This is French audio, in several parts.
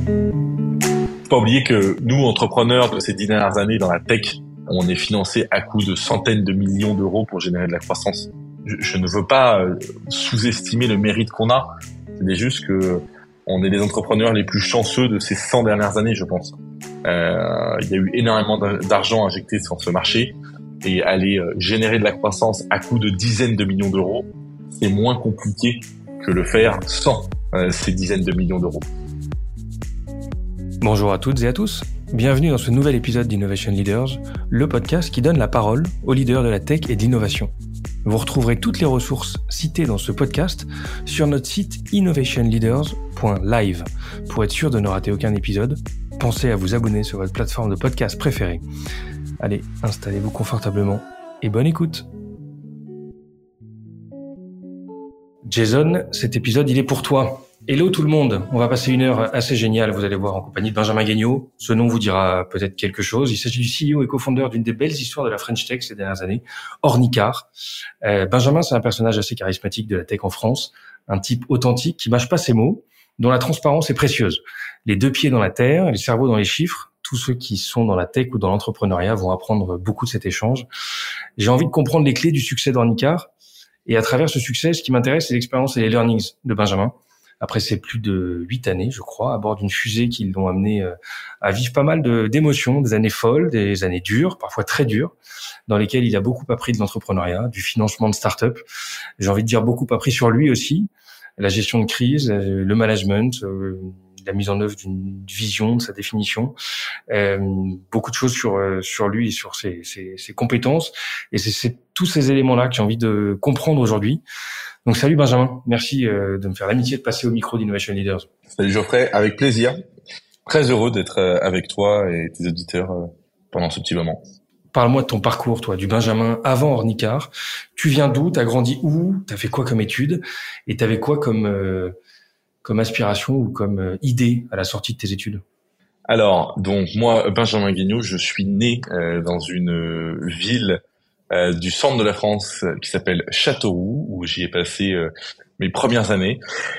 Faut pas oublier que nous, entrepreneurs de ces 10 dernières années dans la tech, on est financé à coût de centaines de millions d'euros pour générer de la croissance. Je ne veux pas sous-estimer le mérite qu'on a. C'est juste que on est les entrepreneurs les plus chanceux de ces 100 dernières années, je pense. Il y a eu énormément d'argent injecté sur ce marché et aller générer de la croissance à coût de dizaines de millions d'euros, c'est moins compliqué que le faire sans ces dizaines de millions d'euros. Bonjour à toutes et à tous. Bienvenue dans ce nouvel épisode d'Innovation Leaders, le podcast qui donne la parole aux leaders de la tech et de l'innovation. Vous retrouverez toutes les ressources citées dans ce podcast sur notre site innovationleaders.live. Pour être sûr de ne rater aucun épisode, pensez à vous abonner sur votre plateforme de podcast préférée. Allez, installez-vous confortablement et bonne écoute. Jason, cet épisode, il est pour toi. Hello tout le monde, on va passer une heure assez géniale, vous allez voir, en compagnie de Benjamin Gagnaud. Ce nom vous dira peut-être quelque chose. Il s'agit du CEO et co-founder d'une des belles histoires de la French Tech ces dernières années, Ornicar. Benjamin, c'est un personnage assez charismatique de la tech en France, un type authentique qui mâche pas ses mots, dont la transparence est précieuse. Les deux pieds dans la terre, le cerveau dans les chiffres, tous ceux qui sont dans la tech ou dans l'entrepreneuriat vont apprendre beaucoup de cet échange. J'ai envie de comprendre les clés du succès d'Ornicar, et à travers ce succès, ce qui m'intéresse, c'est l'expérience et les learnings de Benjamin. Après ces plus de 8 années, je crois, à bord d'une fusée qui l'ont amené à vivre pas mal d'émotions, des années folles, des années dures, parfois très dures, dans lesquelles il a beaucoup appris de l'entrepreneuriat, du financement de start-up. J'ai envie de dire beaucoup appris sur lui aussi, la gestion de crise, le management, la mise en œuvre d'une vision, de sa définition, beaucoup de choses sur lui et sur ses compétences. Et c'est tous ces éléments-là que j'ai envie de comprendre aujourd'hui. Donc salut Benjamin, merci de me faire l'amitié de passer au micro d'Innovation Leaders. Salut Geoffrey, avec plaisir. Très heureux d'être avec toi et tes auditeurs pendant ce petit moment. Parle-moi de ton parcours, toi, du Benjamin avant Ornicar. Tu viens d'où? T'as grandi où? T'as fait quoi comme études? Et t'avais quoi comme aspiration ou comme idée à la sortie de tes études? Alors, donc moi, Benjamin Gagnaud, je suis né dans une ville du centre de la France qui s'appelle Châteauroux, où j'y ai passé mes premières années,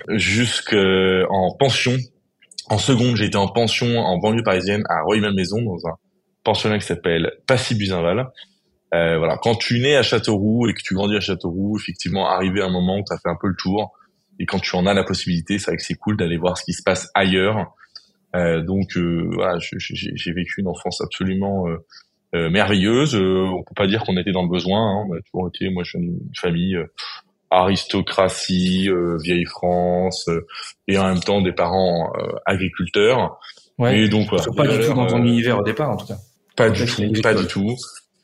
jusqu'en pension. En seconde, j'ai été en pension en banlieue parisienne à Rueil-Malmaison, dans un pensionnat qui s'appelle Passy-Buzinval. Voilà, quand tu nais à Châteauroux et que tu grandis à Châteauroux, effectivement, arrivé à un moment où tu as fait un peu le tour, et quand tu en as la possibilité, c'est vrai que c'est cool d'aller voir ce qui se passe ailleurs. Donc voilà, j'ai vécu une enfance absolument merveilleuse. On peut pas dire qu'on était dans le besoin. Hein. On a toujours été, moi, je suis d'une famille aristocratie, vieille France, et en même temps des parents agriculteurs. Ouais. Et donc voilà. Pas du tout dans ton univers au départ, en tout cas. Pas du tout.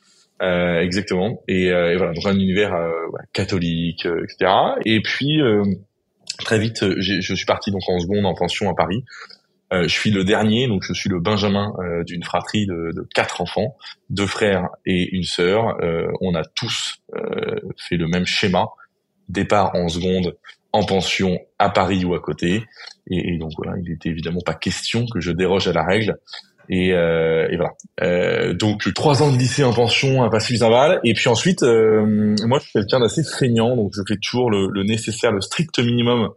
Exactement. Et voilà, donc un univers catholique, etc. Et puis très vite, je suis parti donc en seconde en pension à Paris. Je suis le dernier, donc je suis le Benjamin d'une fratrie de 4 enfants, 2 frères et une sœur. On a tous fait le même schéma, départ en seconde, en pension à Paris ou à côté. Et donc voilà, il était évidemment pas question que je déroge à la règle. Et voilà. Donc 3 ans de lycée en pension à Passy-Buzinval. Et puis ensuite, moi je suis quelqu'un d'assez feignant, donc je fais toujours le nécessaire, le strict minimum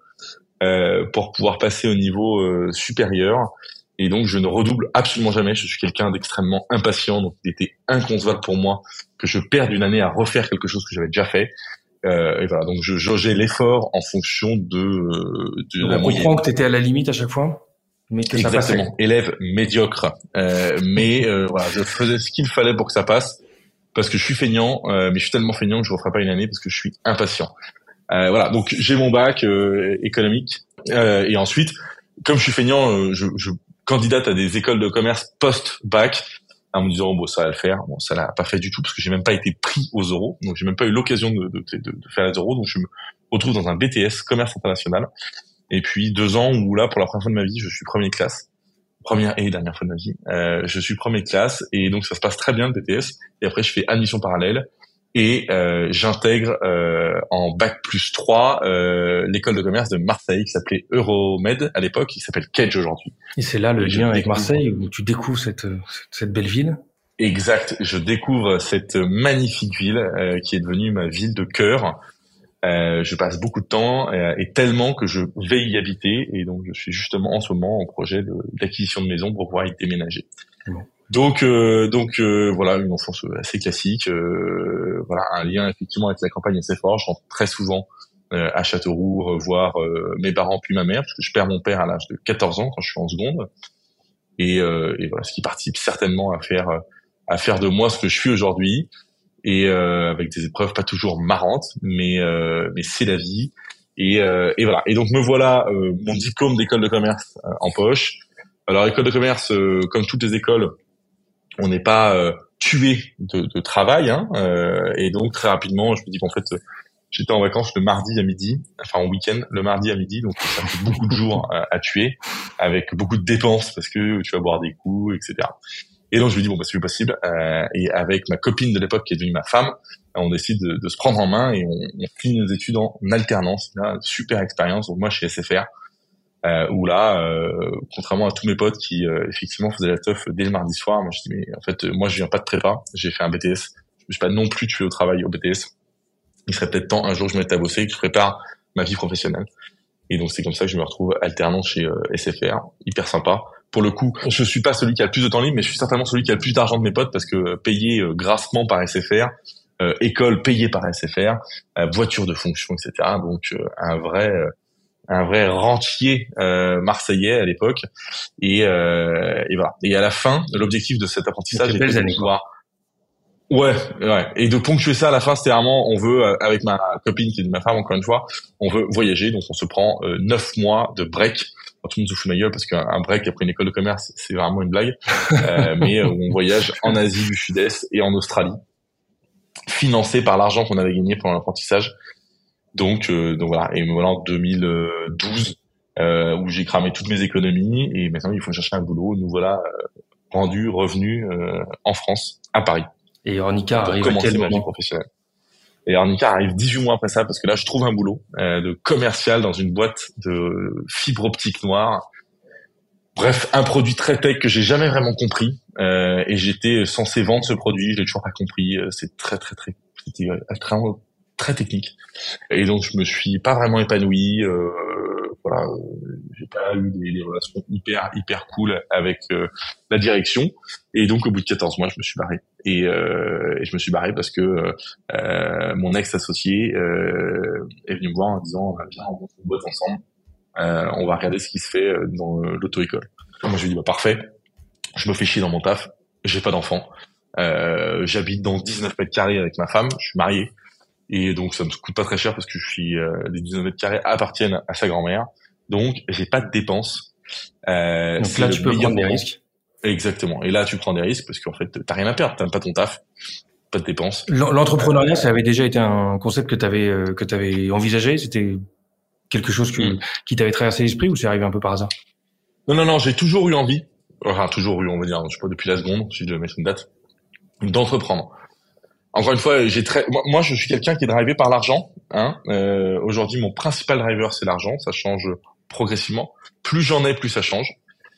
pour pouvoir passer au niveau supérieur. Et donc, je ne redouble absolument jamais. Je suis quelqu'un d'extrêmement impatient. Donc, il était inconcevable pour moi que je perde une année à refaire quelque chose que j'avais déjà fait. Et voilà. Donc, je jaugeais l'effort en fonction de la moyenne. On comprend que tu étais à la limite à chaque fois, mais que ça passait. Exactement. Élève médiocre. Mais voilà, je faisais ce qu'il fallait pour que ça passe. Parce que je suis feignant, mais je suis tellement feignant que je ne referai pas une année parce que je suis impatient. Voilà, donc j'ai mon bac économique et ensuite, comme je suis feignant, je candidate à des écoles de commerce post-bac en me disant bon ça va le faire. Bon ça l'a pas fait du tout parce que j'ai même pas été pris aux euros, donc j'ai même pas eu l'occasion de faire les euros, donc je me retrouve dans un BTS commerce international et puis 2 ans où là pour la première fois de ma vie je suis première et dernière fois de ma vie, je suis première classe et donc ça se passe très bien le BTS et après je fais admission parallèle. Et j'intègre en bac+3 l'école de commerce de Marseille qui s'appelait Euromed à l'époque, qui s'appelle Kedge aujourd'hui. Et c'est là le lien avec Marseille où tu découvres cette belle ville. Exact, je découvre cette magnifique ville qui est devenue ma ville de cœur. Je passe beaucoup de temps et tellement que je vais y habiter, et donc je suis justement en ce moment en projet d'acquisition de maison pour pouvoir y déménager. Bon. Donc voilà, une enfance assez classique, voilà, un lien effectivement avec la campagne assez fort. Je rentre très souvent à Châteauroux voir mes parents puis ma mère, parce que je perds mon père à l'âge de 14 ans quand je suis en seconde, et voilà, ce qui participe certainement à faire de moi ce que je suis aujourd'hui, et avec des épreuves pas toujours marrantes, mais c'est la vie, et voilà. Et donc me voilà, mon diplôme d'école de commerce en poche. Alors école de commerce, comme toutes les écoles, on n'est pas tué de travail, hein, et donc très rapidement, je me dis qu'en fait, j'étais en vacances le mardi à midi, enfin en week-end le mardi à midi, donc ça fait beaucoup de jours à tuer, avec beaucoup de dépenses parce que tu vas boire des coups, etc. Et donc je me dis bon bah c'est plus possible, et avec ma copine de l'époque qui est devenue ma femme, on décide de se prendre en main et on finit nos études en alternance. Là, super expérience. Donc moi chez SFR. Où là, contrairement à tous mes potes qui effectivement faisaient la teuf dès le mardi soir, moi je dis mais en fait moi je viens pas de prépa, j'ai fait un BTS, je suis pas non plus tué au travail au BTS. Il serait peut-être temps un jour que je me mette à bosser et que je prépare ma vie professionnelle. Et donc c'est comme ça que je me retrouve alternant chez SFR, hyper sympa. Pour le coup, je suis pas celui qui a le plus de temps libre, mais je suis certainement celui qui a le plus d'argent de mes potes parce que payé grassement par SFR, école payée par SFR, voiture de fonction, etc. Donc un vrai rentier marseillais à l'époque, et voilà. Et à la fin, l'objectif de cet apprentissage était de pouvoir, ouais, et de ponctuer ça à la fin. C'était vraiment, on veut avec ma copine qui est ma femme encore une fois, on veut voyager, donc on se prend 9 mois de break. Alors, tout le monde se fout de ma gueule parce qu'un break après une école de commerce, c'est vraiment une blague, mais on voyage en Asie du Sud-Est et en Australie, financé par l'argent qu'on avait gagné pendant l'apprentissage. Donc voilà, et me voilà en 2012 où j'ai cramé toutes mes économies et maintenant il faut chercher un boulot. Nous voilà revenus en France, à Paris. Et Ornica arrive à quel moment ? Ma vie professionnelle. Et Ornica arrive 18 mois après ça parce que là je trouve un boulot de commercial dans une boîte de fibre optique noire. Bref, un produit très tech que j'ai jamais vraiment compris, et j'étais censé vendre ce produit, j'ai toujours pas compris. C'est c'était très technique, et donc je me suis pas vraiment épanoui. Voilà, j'ai pas eu des relations hyper cool avec la direction, et donc au bout de 14 mois je me suis barré, et je me suis barré parce que mon ex associé est venu me voir en disant viens, on monte une boîte ensemble, on va regarder ce qui se fait dans l'auto-école. Moi je lui dis bah parfait, je me fais chier dans mon taf, j'ai pas d'enfant, j'habite dans 19 mètres carrés avec ma femme, je suis marié. Et donc ça me coûte pas très cher parce que les 19 mètres carrés appartiennent à sa grand-mère. Donc j'ai pas de dépenses. Donc là tu peux prendre des risques. Exactement. Et là tu prends des risques parce qu'en fait t'as rien à perdre, t'as pas ton taf, pas de dépenses. L'entrepreneuriat, ça avait déjà été un concept que t'avais envisagé. C'était quelque chose qui t'avait traversé l'esprit, ou c'est arrivé un peu par hasard? Non, j'ai toujours eu envie. Enfin toujours eu, on va dire, je sais pas, depuis la seconde, si je devais mettre une date, d'entreprendre. Encore une fois, moi, je suis quelqu'un qui est drivé par l'argent. Hein. Aujourd'hui, mon principal driver, c'est l'argent. Ça change progressivement. Plus j'en ai, plus ça change.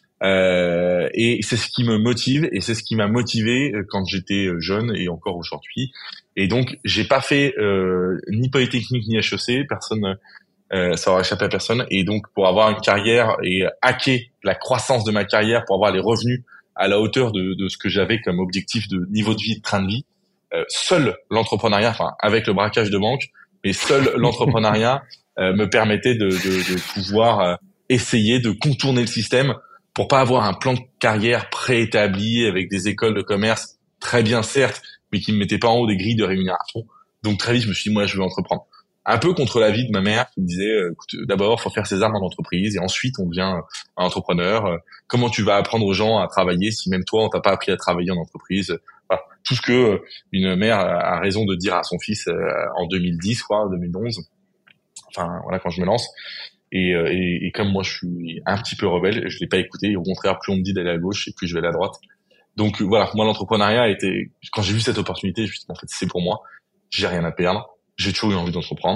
Et c'est ce qui me motive, et c'est ce qui m'a motivé quand j'étais jeune et encore aujourd'hui. Et donc, j'ai pas fait ni Polytechnique ni HEC. Personne, ça aura échappé à personne. Et donc, pour avoir une carrière et hacker la croissance de ma carrière, pour avoir les revenus à la hauteur de ce que j'avais comme objectif de niveau de vie, de train de vie. Seul l'entrepreneuriat, enfin avec le braquage de banque, mais seul l'entrepreneuriat me permettait de pouvoir essayer de contourner le système pour pas avoir un plan de carrière préétabli avec des écoles de commerce très bien certes, mais qui me mettaient pas en haut des grilles de rémunération. Donc très vite je me suis dit moi je veux entreprendre. Un peu contre l'avis de ma mère qui me disait écoute, d'abord faut faire ses armes en entreprise et ensuite on devient un entrepreneur. Comment tu vas apprendre aux gens à travailler si même toi on t'a pas appris à travailler en entreprise? Voilà. Tout ce que une mère a raison de dire à son fils en 2010, quoi, 2011. Enfin voilà, quand je me lance. Et comme moi je suis un petit peu rebelle, je l'ai pas écouté. Au contraire, plus on me dit d'aller à gauche et plus je vais aller à droite. Donc voilà, moi l'entrepreneuriat était, quand j'ai vu cette opportunité, je me suis dit en fait c'est pour moi. J'ai rien à perdre. J'ai toujours eu envie d'entreprendre.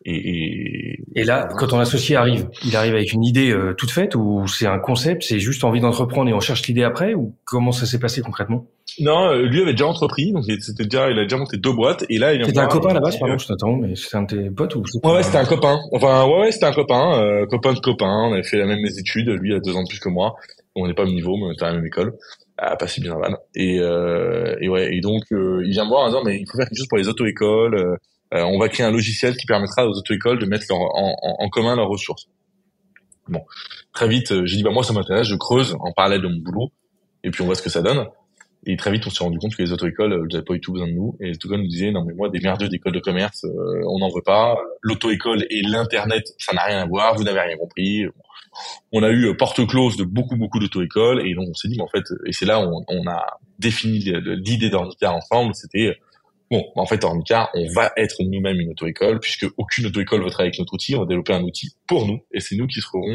Et là, quand ton associé arrive, il arrive avec une idée toute faite, ou c'est un concept, c'est juste envie d'entreprendre et on cherche l'idée après, ou comment ça s'est passé concrètement? Non, lui avait déjà entrepris, donc il a déjà monté 2 boîtes, et là il vient C'était un voir, copain à il la me base, dit, pardon, je t'attends, mais c'était un de tes potes ou c'était ouais, c'était un copain. Enfin, ouais, c'était un copain, copain de copain. On avait fait la même études. Lui, il a 2 ans de plus que moi. On n'est pas au même niveau, mais on était à la même école. Pas si bien mal. Et ouais. Et donc, il vient me voir en disant, mais il faut faire quelque chose pour les auto-écoles. On va créer un logiciel qui permettra aux auto-écoles de mettre en commun leurs ressources. Bon. Très vite, j'ai dit, bah, moi, ça m'intéresse. Je creuse en parallèle de mon boulot. Et puis, on voit ce que ça donne. Et très vite, on s'est rendu compte que les auto-écoles n'avaient pas du tout besoin de nous. Et les auto-écoles nous disaient, non mais moi, des merdeux d'écoles de commerce, on n'en veut pas. L'auto-école et l'Internet, ça n'a rien à voir. Vous n'avez rien compris. On a eu porte close de beaucoup d'auto-écoles. Et donc, on s'est dit, mais en fait, et c'est là où on a défini l'idée d'Ornicar ensemble. C'était, bon, en fait, Ornicar, on va être nous-mêmes une auto-école, puisque aucune auto-école veut travailler avec notre outil. On va développer un outil pour nous. Et c'est nous qui seront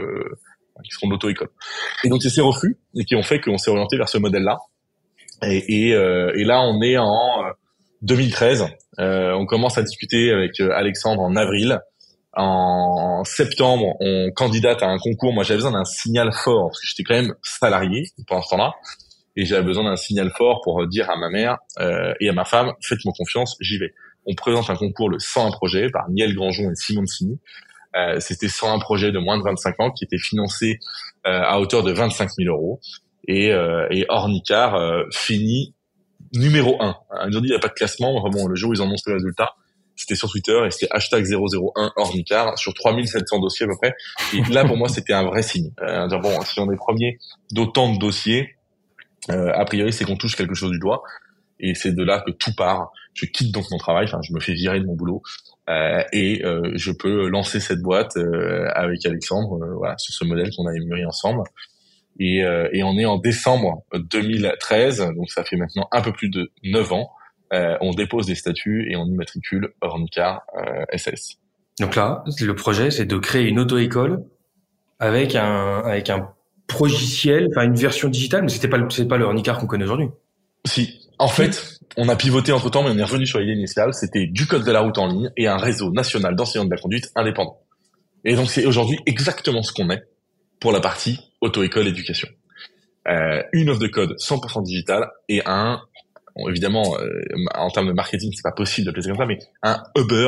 de l'auto-école. Et donc, c'est ces refus et qui ont fait qu'on s'est orienté vers ce modèle-là. Et là, on est en 2013. On commence à discuter avec Alexandre en avril. En septembre, on candidate à un concours. Moi, j'avais besoin d'un signal fort parce que j'étais quand même salarié pendant ce temps-là, et j'avais besoin d'un signal fort pour dire à ma mère et à ma femme, faites-moi confiance, j'y vais. On présente un concours, le 101 projets, par Niel Granjon et Simon Sini. C'était 101 projets de moins de 25 ans qui étaient financés à hauteur de 25 000 euros. Et Ornicar finit numéro 1. Aujourd'hui, il n'y a pas de classement. Vraiment, le jour où ils annoncent le résultat, c'était sur Twitter et c'était #001 Ornicar sur 3700 dossiers à peu près. Et là, pour moi, c'était un vrai signe. Dire, bon, si on est premier d'autant de dossiers, a priori, c'est qu'on touche quelque chose du doigt. Et c'est de là que tout part. Je quitte donc mon travail. Enfin, je me fais virer de mon boulot. Et je peux lancer cette boîte avec Alexandre, voilà, sur ce modèle qu'on a mûri ensemble. Et on est en décembre 2013, donc ça fait maintenant un peu plus de 9 ans. On dépose des statuts et on immatricule Ornicar SAS. Donc là, le projet, c'est de créer une auto-école avec un logiciel, enfin une version digitale, mais c'est pas le Ornicar qu'on connaît aujourd'hui. Si, en fait, on a pivoté entre temps, mais on est revenu sur l'idée initiale. C'était du code de la route en ligne et un réseau national d'enseignants de la conduite indépendants. Et donc c'est aujourd'hui exactement ce qu'on est pour la partie auto-école éducation. Une offre de code 100% digitale et évidemment, en termes de marketing, c'est pas possible d'appeler ça comme ça, mais un Uber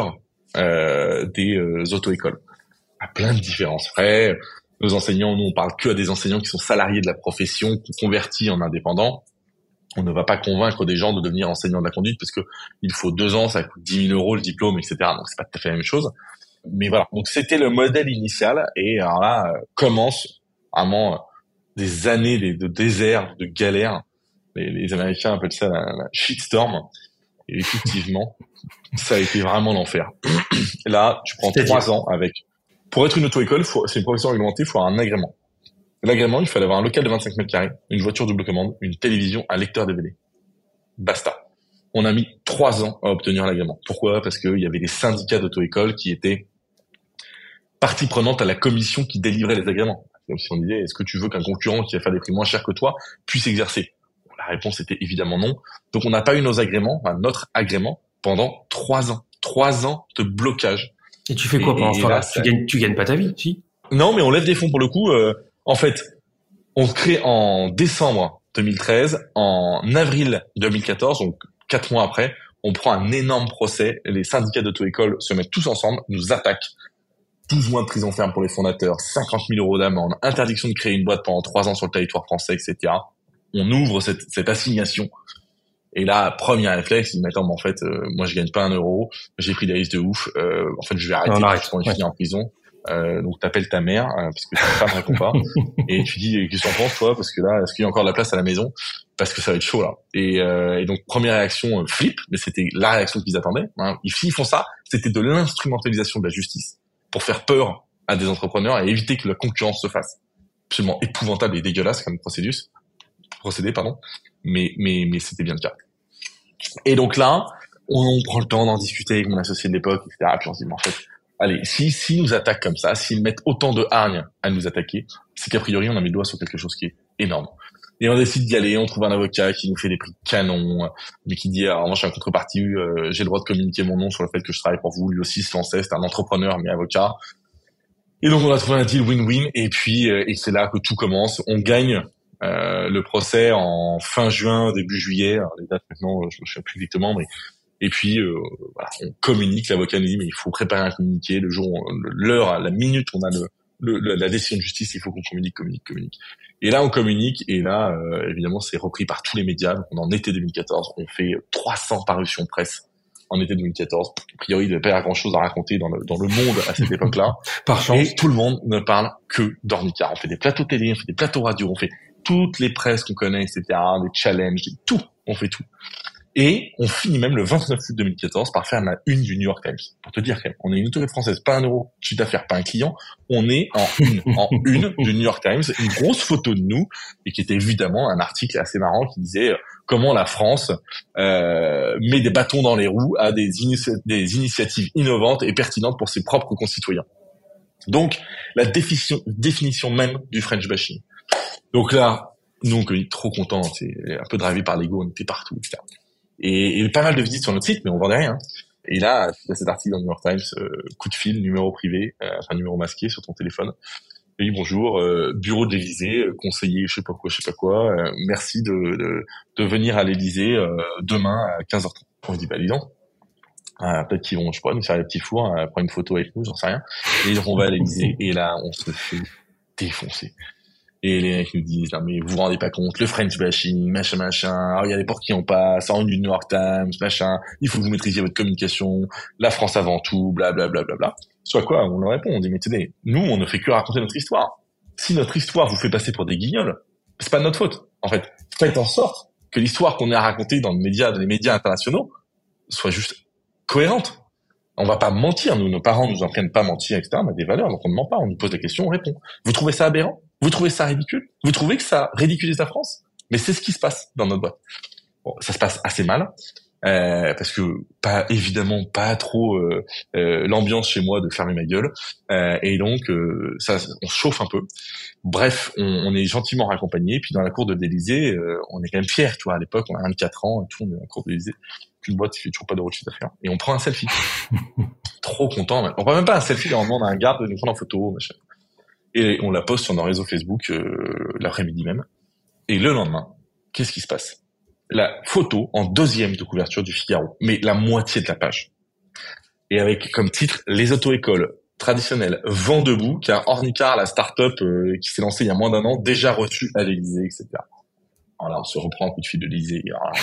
des auto-écoles. À plein de différences. Après, nos enseignants, nous, on parle que à des enseignants qui sont salariés de la profession, qui convertis en indépendants. On ne va pas convaincre des gens de devenir enseignants de la conduite parce que il faut 2 ans, ça coûte 10 000 euros le diplôme, etc. Donc c'est pas tout à fait la même chose. Mais voilà. Donc c'était le modèle initial et alors là commence vraiment des années de désert, de galère. Les Américains appellent ça la shitstorm. Et effectivement, ça a été vraiment l'enfer. Là, tu prends 3 ans avec. Pour être une auto-école, c'est une profession réglementée, il faut avoir un agrément. L'agrément, il fallait avoir un local de 25 mètres carrés, une voiture double commande, une télévision, un lecteur DVD. Basta. On a mis 3 ans à obtenir l'agrément. Pourquoi? Parce qu'il y avait des syndicats d'auto-école qui étaient partie prenante à la commission qui délivrait les agréments. Comme si on disait, est-ce que tu veux qu'un concurrent qui va faire des prix moins chers que toi puisse exercer? La réponse était évidemment non. Donc on n'a pas eu notre agrément pendant 3 ans. 3 ans de blocage. Et tu fais quoi pendant ce temps-là? Tu gagnes pas ta vie, si? Non, mais on lève des fonds pour le coup. En fait, on crée en décembre 2013, en avril 2014, donc 4 mois après, on prend un énorme procès. Les syndicats d'auto-école se mettent tous ensemble, nous attaquent. 12 mois de prison ferme pour les fondateurs, 50 000 euros d'amende, interdiction de créer une boîte pendant 3 ans sur le territoire français, etc. On ouvre cette assignation. Et là, premier réflexe, ils mettent, en fait, moi je gagne pas 1 euro, j'ai pris des risques de ouf, en fait je vais arrêter quand je finis en prison. Donc t'appelles ta mère parce que ta femme répond pas et tu dis qu'est-ce que t'en penses toi, parce que là est-ce qu'il y a encore de la place à la maison, parce que ça va être chaud là. Et donc première réaction flip, mais c'était la réaction qu'ils attendaient, hein. S'ils font ça, c'était de l'instrumentalisation de la justice pour faire peur à des entrepreneurs et éviter que la concurrence se fasse. Absolument épouvantable et dégueulasse comme procédé, mais c'était bien le cas. Et donc là on prend le temps d'en discuter avec mon associé de l'époque, etc. Puis on se dit mais en fait, allez, s'ils nous attaquent comme ça, s'ils mettent autant de hargne à nous attaquer, c'est qu'a priori, on a mis le doigt sur quelque chose qui est énorme. Et on décide d'y aller, on trouve un avocat qui nous fait des prix canons, mais qui dit, alors moi je suis un contrepartie, j'ai le droit de communiquer mon nom sur le fait que je travaille pour vous. Lui aussi se lançait, c'est un entrepreneur mais avocat. Et donc on a trouvé un deal win-win, et puis et c'est là que tout commence. On gagne le procès en fin juin, début juillet. Alors, les dates maintenant, je ne sais plus exactement, mais et puis voilà, on communique. L'avocat nous dit mais il faut préparer un communiqué le jour, l'heure, la minute où on a la décision de justice, il faut qu'on communique. Et là, on communique, et là, évidemment, c'est repris par tous les médias. Donc, on est en été 2014, on fait 300 parutions presse en été 2014. A priori, il ne devait pas y avoir grand-chose à raconter dans le monde à cette époque-là. Par chance. Et tout le monde ne parle que d'Ornicar. On fait des plateaux télé, on fait des plateaux radio, on fait toutes les presses qu'on connaît, etc., des challenges, tout. On fait tout. Et on finit même le 29 août 2014 par faire la une du New York Times. Pour te dire, quand même, on est une autorité française, pas un euro de chiffre d'affaires, pas un client. On est en une du New York Times, une grosse photo de nous, et qui était évidemment un article assez marrant qui disait comment la France met des bâtons dans les roues à des initiatives innovantes et pertinentes pour ses propres concitoyens. Donc, la définition même du French bashing. Donc là, nous, on est trop contents, c'est un peu drivé par l'ego, on était partout, etc. Et pas mal de visites sur notre site, mais on vendait rien. Et là, il y a cet article dans le New York Times, coup de fil, numéro privé, enfin numéro masqué sur ton téléphone. Oui, bonjour, bureau de l'Élysée, conseiller, je sais pas quoi, merci de venir à l'Élysée demain à 15h30. On se dit, bah dis donc, peut-être qu'ils vont, je sais pas, nous faire des petits fours, prendre une photo avec nous, j'en sais rien. Et donc on va à l'Élysée, et là, on se fait défoncer. Et les mecs nous disent, non mais vous vous rendez pas compte, le French bashing, machin, alors il y a des portes qui en passent, en une du New York Times, machin, il faut que vous maîtrisiez votre communication, la France avant tout, blablabla. Soit quoi, on leur répond, on dit, mais tenez, nous, on ne fait que raconter notre histoire. Si notre histoire vous fait passer pour des guignols, c'est pas de notre faute. En fait, faites en sorte que l'histoire qu'on a racontée dans les médias internationaux soit juste cohérente. On va pas mentir, nous, nos parents nous apprennent pas à mentir, etc. On a des valeurs, donc on ne ment pas, on nous pose des questions, on répond. Vous trouvez ça aberrant? Vous trouvez ça ridicule? Vous trouvez que ça ridiculise la France? Mais c'est ce qui se passe dans notre boîte. Bon, ça se passe assez mal, parce que évidemment pas trop l'ambiance chez moi de fermer ma gueule, et donc ça, on chauffe un peu. Bref, on est gentiment raccompagné. Puis dans la cour de l'Élysée, on est quand même fiers, tu vois. À l'époque, on a 24 ans et tout, on est dans la cour de l'Élysée. Une boîte qui fait toujours pas d'euros de chiffre d'affaires, et on prend un selfie. Trop content. On prend même pas un selfie, on demande à un garde de nous prendre en photo, machin. Et on la poste sur nos réseaux Facebook l'après-midi même. Et le lendemain, qu'est-ce qui se passe? La photo en deuxième de couverture du Figaro, mais la moitié de la page. Et avec comme titre, les auto-écoles traditionnelles vent debout, car Ornicar, la start-up qui s'est lancée il y a moins d'un an, déjà reçue à l'Élysée, etc. Alors là, on se reprend un coup de fil de l'Élysée.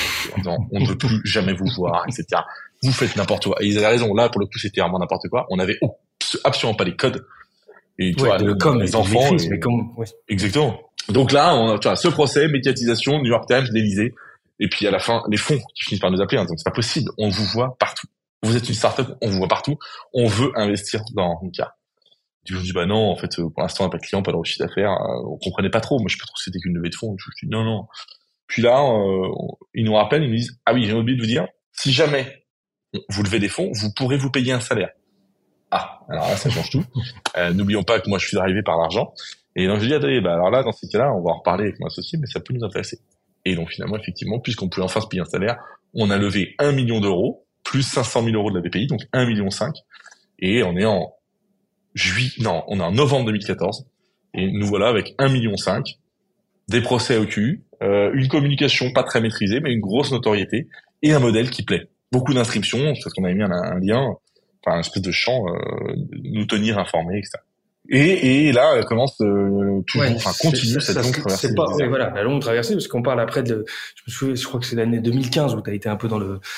On ne veut plus jamais vous voir, etc. Vous faites n'importe quoi. Et ils avaient raison. Là, pour le coup, c'était vraiment n'importe quoi. On n'avait absolument pas les codes. Et tu vois, les enfants, mais ouais. Exactement. Donc là, tu vois, ce procès, médiatisation, New York Times, l'Élysée, et puis à la fin, les fonds qui finissent par nous appeler. Hein, donc c'est pas possible. On vous voit partout. Vous êtes une start-up, on vous voit partout. On veut investir dans Ornicar. Je me dis bah non, en fait, pour l'instant, on n'a pas de clients, pas de chiffre d'affaires. On comprenait pas trop. Moi, je sais pas trop si c'était qu'une levée de fonds. Je dis non. Puis là, ils nous rappellent, ils nous disent ah oui, j'ai oublié de vous dire, si jamais vous levez des fonds, vous pourrez vous payer un salaire. Ah, alors là, ça change tout. N'oublions pas que moi, je suis arrivé par l'argent. Et donc, je dis, attendez, bah alors là, dans ces cas-là, on va en reparler avec mon associé, mais ça peut nous intéresser. Et donc, finalement, effectivement, puisqu'on pouvait enfin se payer un salaire, on a levé 1 million d'euros, plus 500 000 euros de la BPI, donc 1,5 million. Et on est en on est en novembre 2014. Et nous voilà avec 1,5 million, des procès au cul, une communication pas très maîtrisée, mais une grosse notoriété, et un modèle qui plaît. Beaucoup d'inscriptions, parce qu'on avait mis un lien, enfin, une espèce de champ, nous tenir informés, etc. Et là, elle commence continue cette longue traversée. C'est pas, oui, voilà, la longue traversée, parce qu'on parle après je crois que c'est l'année 2015 où tu as été un peu dans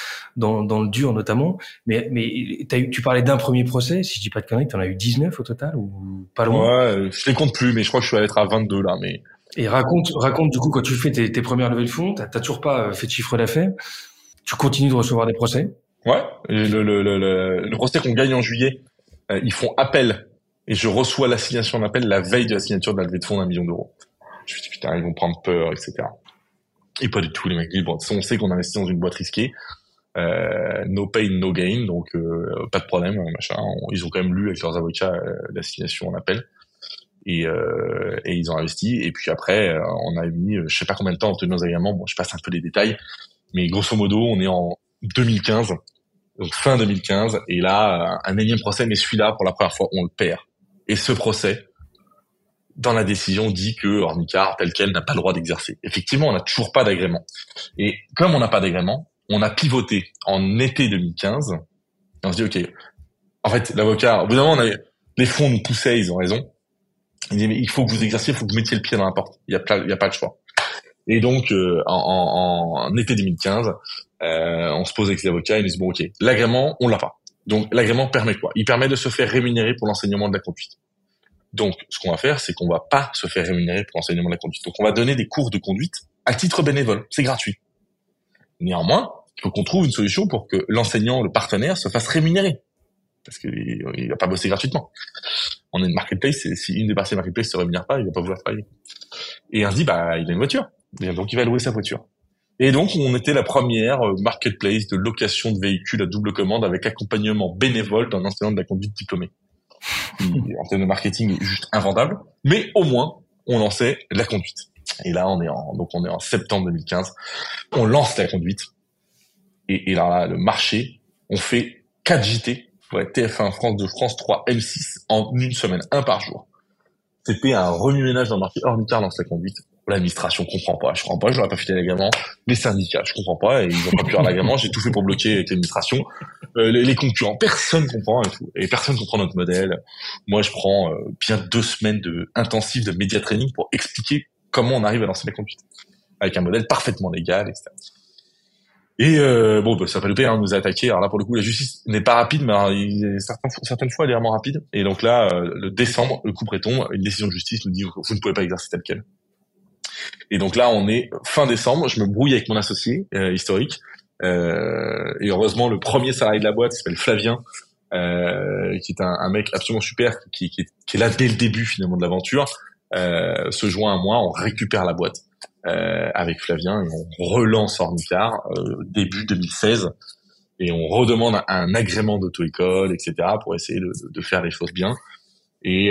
le dur notamment, mais tu parlais d'un premier procès, si je dis pas de conneries, tu en as eu 19 au total, ou pas loin? Ouais, je les compte plus, mais je crois que je suis allé être à 22 là, mais. Et raconte du coup, quand tu fais tes premières levées de fonds, t'as toujours pas fait de chiffre d'affaires, tu continues de recevoir des procès? Ouais, et le procès qu'on gagne en juillet, ils font appel. Et je reçois l'assignation d'appel la veille de la signature de la levée de fonds d'1 million d'euros. Je me dis, putain, ils vont prendre peur, etc. Et pas du tout, les mecs disent, bon, on sait qu'on investit dans une boîte risquée, no pain, no gain, donc pas de problème, machin. Ils ont quand même lu avec leurs avocats l'assignation en appel. et ils ont investi. Et puis après, on a mis, je sais pas combien de temps à obtenir nos agréments. Bon, je passe un peu les détails, mais grosso modo, on est en 2015, donc fin 2015, et là, un énième procès, mais celui-là, pour la première fois, on le perd. Et ce procès, dans la décision, dit que Ornicar, tel quel, n'a pas le droit d'exercer. Effectivement, on n'a toujours pas d'agrément. Et comme on n'a pas d'agrément, on a pivoté en été 2015. Et on se dit, OK, en fait, l'avocat, au bout d'un moment, les fonds nous poussaient, ils ont raison. Ils disaient, mais il faut que vous exerciez, il faut que vous mettiez le pied dans la porte. Il y a pas de choix. Et donc, en été 2015, on se pose avec les avocats, ils nous disent, bon, OK, l'agrément, on l'a pas. Donc, l'agrément permet quoi? Il permet de se faire rémunérer pour l'enseignement de la conduite. Donc, ce qu'on va faire, c'est qu'on va pas se faire rémunérer pour l'enseignement de la conduite. Donc, on va donner des cours de conduite à titre bénévole. C'est gratuit. Néanmoins, il faut qu'on trouve une solution pour que l'enseignant, le partenaire, se fasse rémunérer. Parce qu'il va pas bosser gratuitement. On est une marketplace, et si une des parties de marketplace se rémunère pas, il va pas vouloir travailler. Et on se dit, il a une voiture. Et donc, il va louer sa voiture. Et donc, on était la première marketplace de location de véhicules à double commande avec accompagnement bénévole d'un enseignant de la conduite diplômé. En termes de marketing, juste invendable. Mais au moins, on lançait la conduite. Et là, on est en septembre 2015. On lance la conduite. Et là, le marché, on fait 4 JT, ouais, TF1, France 2, France 3, M6 en une semaine, un par jour. C'était un remue-ménage dans le marché. Ornicar lance la conduite. L'administration comprend pas. Je comprends pas. Je leur ai pas filé l'agrément. Les syndicats, je comprends pas. Et ils ont pas pu avoir l'agrément. J'ai tout fait pour bloquer avec l'administration. Les concurrents, personne comprend et tout. Et personne comprend notre modèle. Moi, je prends bien 2 semaines intensif de média training pour expliquer comment on arrive à lancer la conduite. Avec un modèle parfaitement légal, etc. Et ça a pas loupé, on nous a attaqué. Alors là, pour le coup, la justice n'est pas rapide, mais certaines fois, elle est vraiment rapide. Et donc là, le décembre, le coup retombe, une décision de justice nous dit vous ne pouvez pas exercer tel quel. Et donc là, on est fin décembre, je me brouille avec mon associé historique. Et heureusement, le premier salarié de la boîte, qui s'appelle Flavien, qui est un mec absolument super, qui est là dès le début finalement de l'aventure, se joint à moi, on récupère la boîte avec Flavien et on relance Ornicar début 2016 et on redemande un agrément d'auto-école, etc. pour essayer de faire les choses bien. Et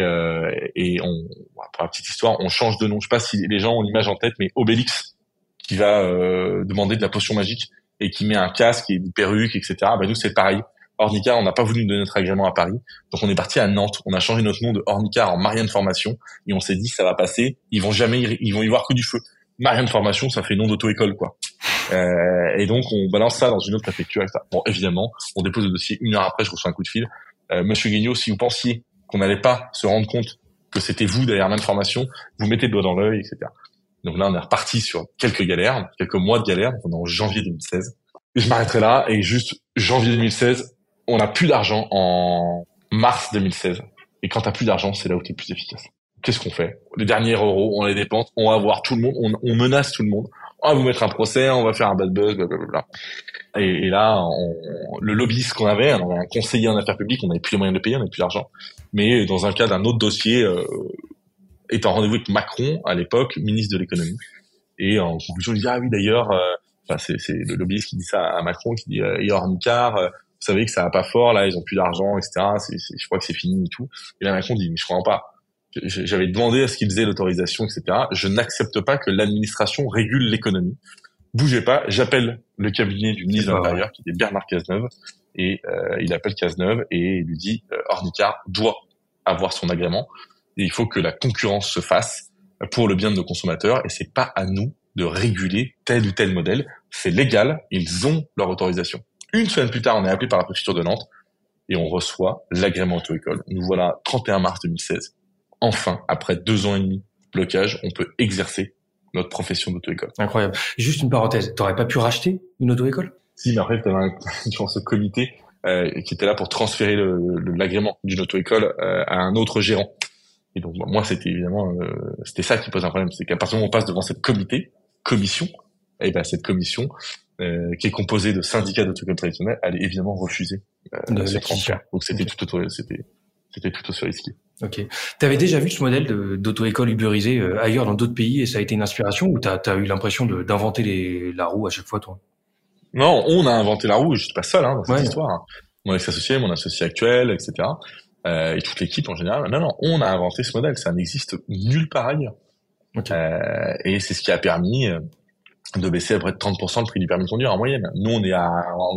pour la petite histoire, on change de nom. Je sais pas si les gens ont l'image en tête, mais Obélix qui va demander de la potion magique et qui met un casque et une perruque, etc. Nous, c'est pareil. Ornicar, on n'a pas voulu nous donner notre agrément à Paris, donc on est parti à Nantes. On a changé notre nom de Ornicar en Marianne Formation et on s'est dit ça va passer. Ils vont y voir que du feu. Marianne Formation, ça fait nom d'auto-école, quoi. Et donc on balance ça dans une autre préfecture. Etc. Bon, évidemment, on dépose le dossier. 1 heure après, je reçois un coup de fil. Monsieur Guignot, si vous pensiez qu'on n'allait pas se rendre compte que c'était vous derrière Marianne Formation, vous mettez le doigt dans l'œil, etc. Donc là, on est reparti sur quelques mois de galères. Donc on est en janvier 2016. Et je m'arrêterai là. Et juste janvier 2016, on n'a plus d'argent en mars 2016. Et quand t'as plus d'argent, c'est là où t'es le plus efficace. Qu'est-ce qu'on fait? Les derniers euros, on les dépense, on va voir tout le monde, on menace tout le monde. On va vous mettre un procès, on va faire un bad buzz, blablabla. Et là, le lobbyiste qu'on avait, on avait un conseiller en affaires publiques, on n'avait plus les moyens de payer, on n'avait plus d'argent. Mais dans un cas d'un autre dossier, est en rendez-vous avec Macron, à l'époque, ministre de l'économie. Et en conclusion, il dit, ah oui, d'ailleurs, c'est le lobbyiste qui dit ça à Macron, qui dit, et Ornicar, vous savez que ça va pas fort, là, ils ont plus d'argent, etc. Je crois que c'est fini et tout. Et là, Macron dit, mais je comprends pas. J'avais demandé à ce qu'ils aient l'autorisation, etc. Je n'accepte pas que l'administration régule l'économie. Bougez pas, j'appelle le cabinet du ministre de l'Intérieur, qui était Bernard Cazeneuve, et il appelle Cazeneuve et il lui dit Ornicar doit avoir son agrément et il faut que la concurrence se fasse pour le bien de nos consommateurs et c'est pas à nous de réguler tel ou tel modèle. C'est légal, ils ont leur autorisation. Une semaine plus tard, on est appelé par la préfecture de Nantes et on reçoit l'agrément auto-école. Nous voilà 31 mars 2016. Enfin, après 2 ans et demi de blocage, on peut exercer notre profession d'auto-école. Incroyable. Juste une parenthèse, t'aurais pas pu racheter une auto-école? Si, mais après, t'avais ce comité qui était là pour transférer l'agrément d'une auto-école à un autre gérant. Et donc, moi, c'était évidemment, c'était ça qui pose un problème. C'est qu'à partir du moment où on passe devant cette commission, et ben cette commission, qui est composée de syndicats d'auto-école traditionnels, elle est évidemment refusée ce transfert. Donc, c'était tout aussi risqué. Ok. T'avais déjà vu ce modèle d'auto-école uberisé ailleurs dans d'autres pays et ça a été une inspiration ou t'as eu l'impression d'inventer la roue à chaque fois, toi? Non, on a inventé la roue. Je suis pas seul dans cette histoire. Mon ex-associé, mon associé actuel, etc. et toute l'équipe en général. Non, on a inventé ce modèle, ça n'existe nulle part ailleurs. Okay. Et c'est ce qui a permis de baisser à près de 30% le prix du permis de conduire en moyenne. Nous, on est à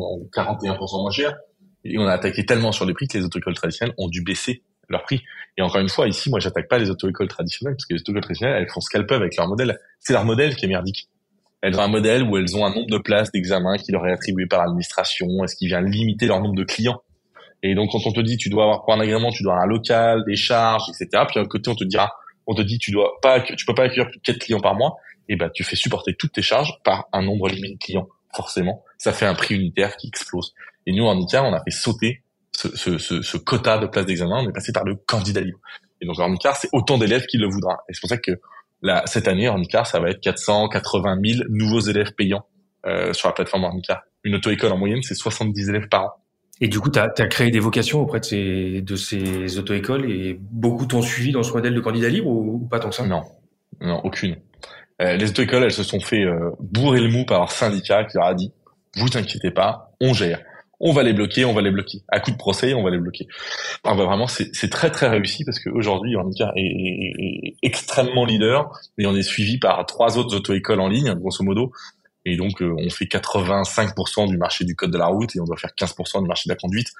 41% moins cher, et on a attaqué tellement sur les prix que les auto-écoles traditionnelles ont dû baisser leur prix. Et encore une fois, ici, moi, j'attaque pas les auto-écoles traditionnelles, parce que les auto-écoles traditionnelles, elles font ce qu'elles peuvent avec leur modèle. C'est leur modèle qui est merdique. Elles ont un modèle où elles ont un nombre de places d'examen qui leur est attribué par l'administration, ce qui vient limiter leur nombre de clients. Et donc, quand on te dit, tu dois avoir pour un agrément, tu dois avoir un local, des charges, etc. Puis, d'un côté, on te dit, tu peux pas accueillir plus de 4 clients par mois. Et ben, tu fais supporter toutes tes charges par un nombre limité de clients. Forcément, ça fait un prix unitaire qui explose. Et nous, en ICAR, on a fait sauter ce quota de places d'examen. On est passé par le candidat libre. Et donc, en ICAR, c'est autant d'élèves qui le voudra. Et c'est pour ça que cette année, en ICAR, ça va être 480 000 nouveaux élèves payants sur la plateforme en ICAR. Une auto-école en moyenne, c'est 70 élèves par an. Et du coup, t'as créé des vocations auprès de ces auto-écoles et beaucoup t'ont suivi dans ce modèle de candidat libre ou pas tant que ça? Non, aucune. Les auto-écoles, elles se sont fait bourrer le mou par leur syndicat qui leur a dit « Vous inquiétez pas, on gère. On va les bloquer. À coup de procès, on va les bloquer. » Vraiment, c'est très très réussi parce qu'aujourd'hui, Handicap est extrêmement leader et on est suivi par 3 autres auto-écoles en ligne, grosso modo. Et donc, on fait 85% du marché du code de la route et on doit faire 15% du marché de la conduite.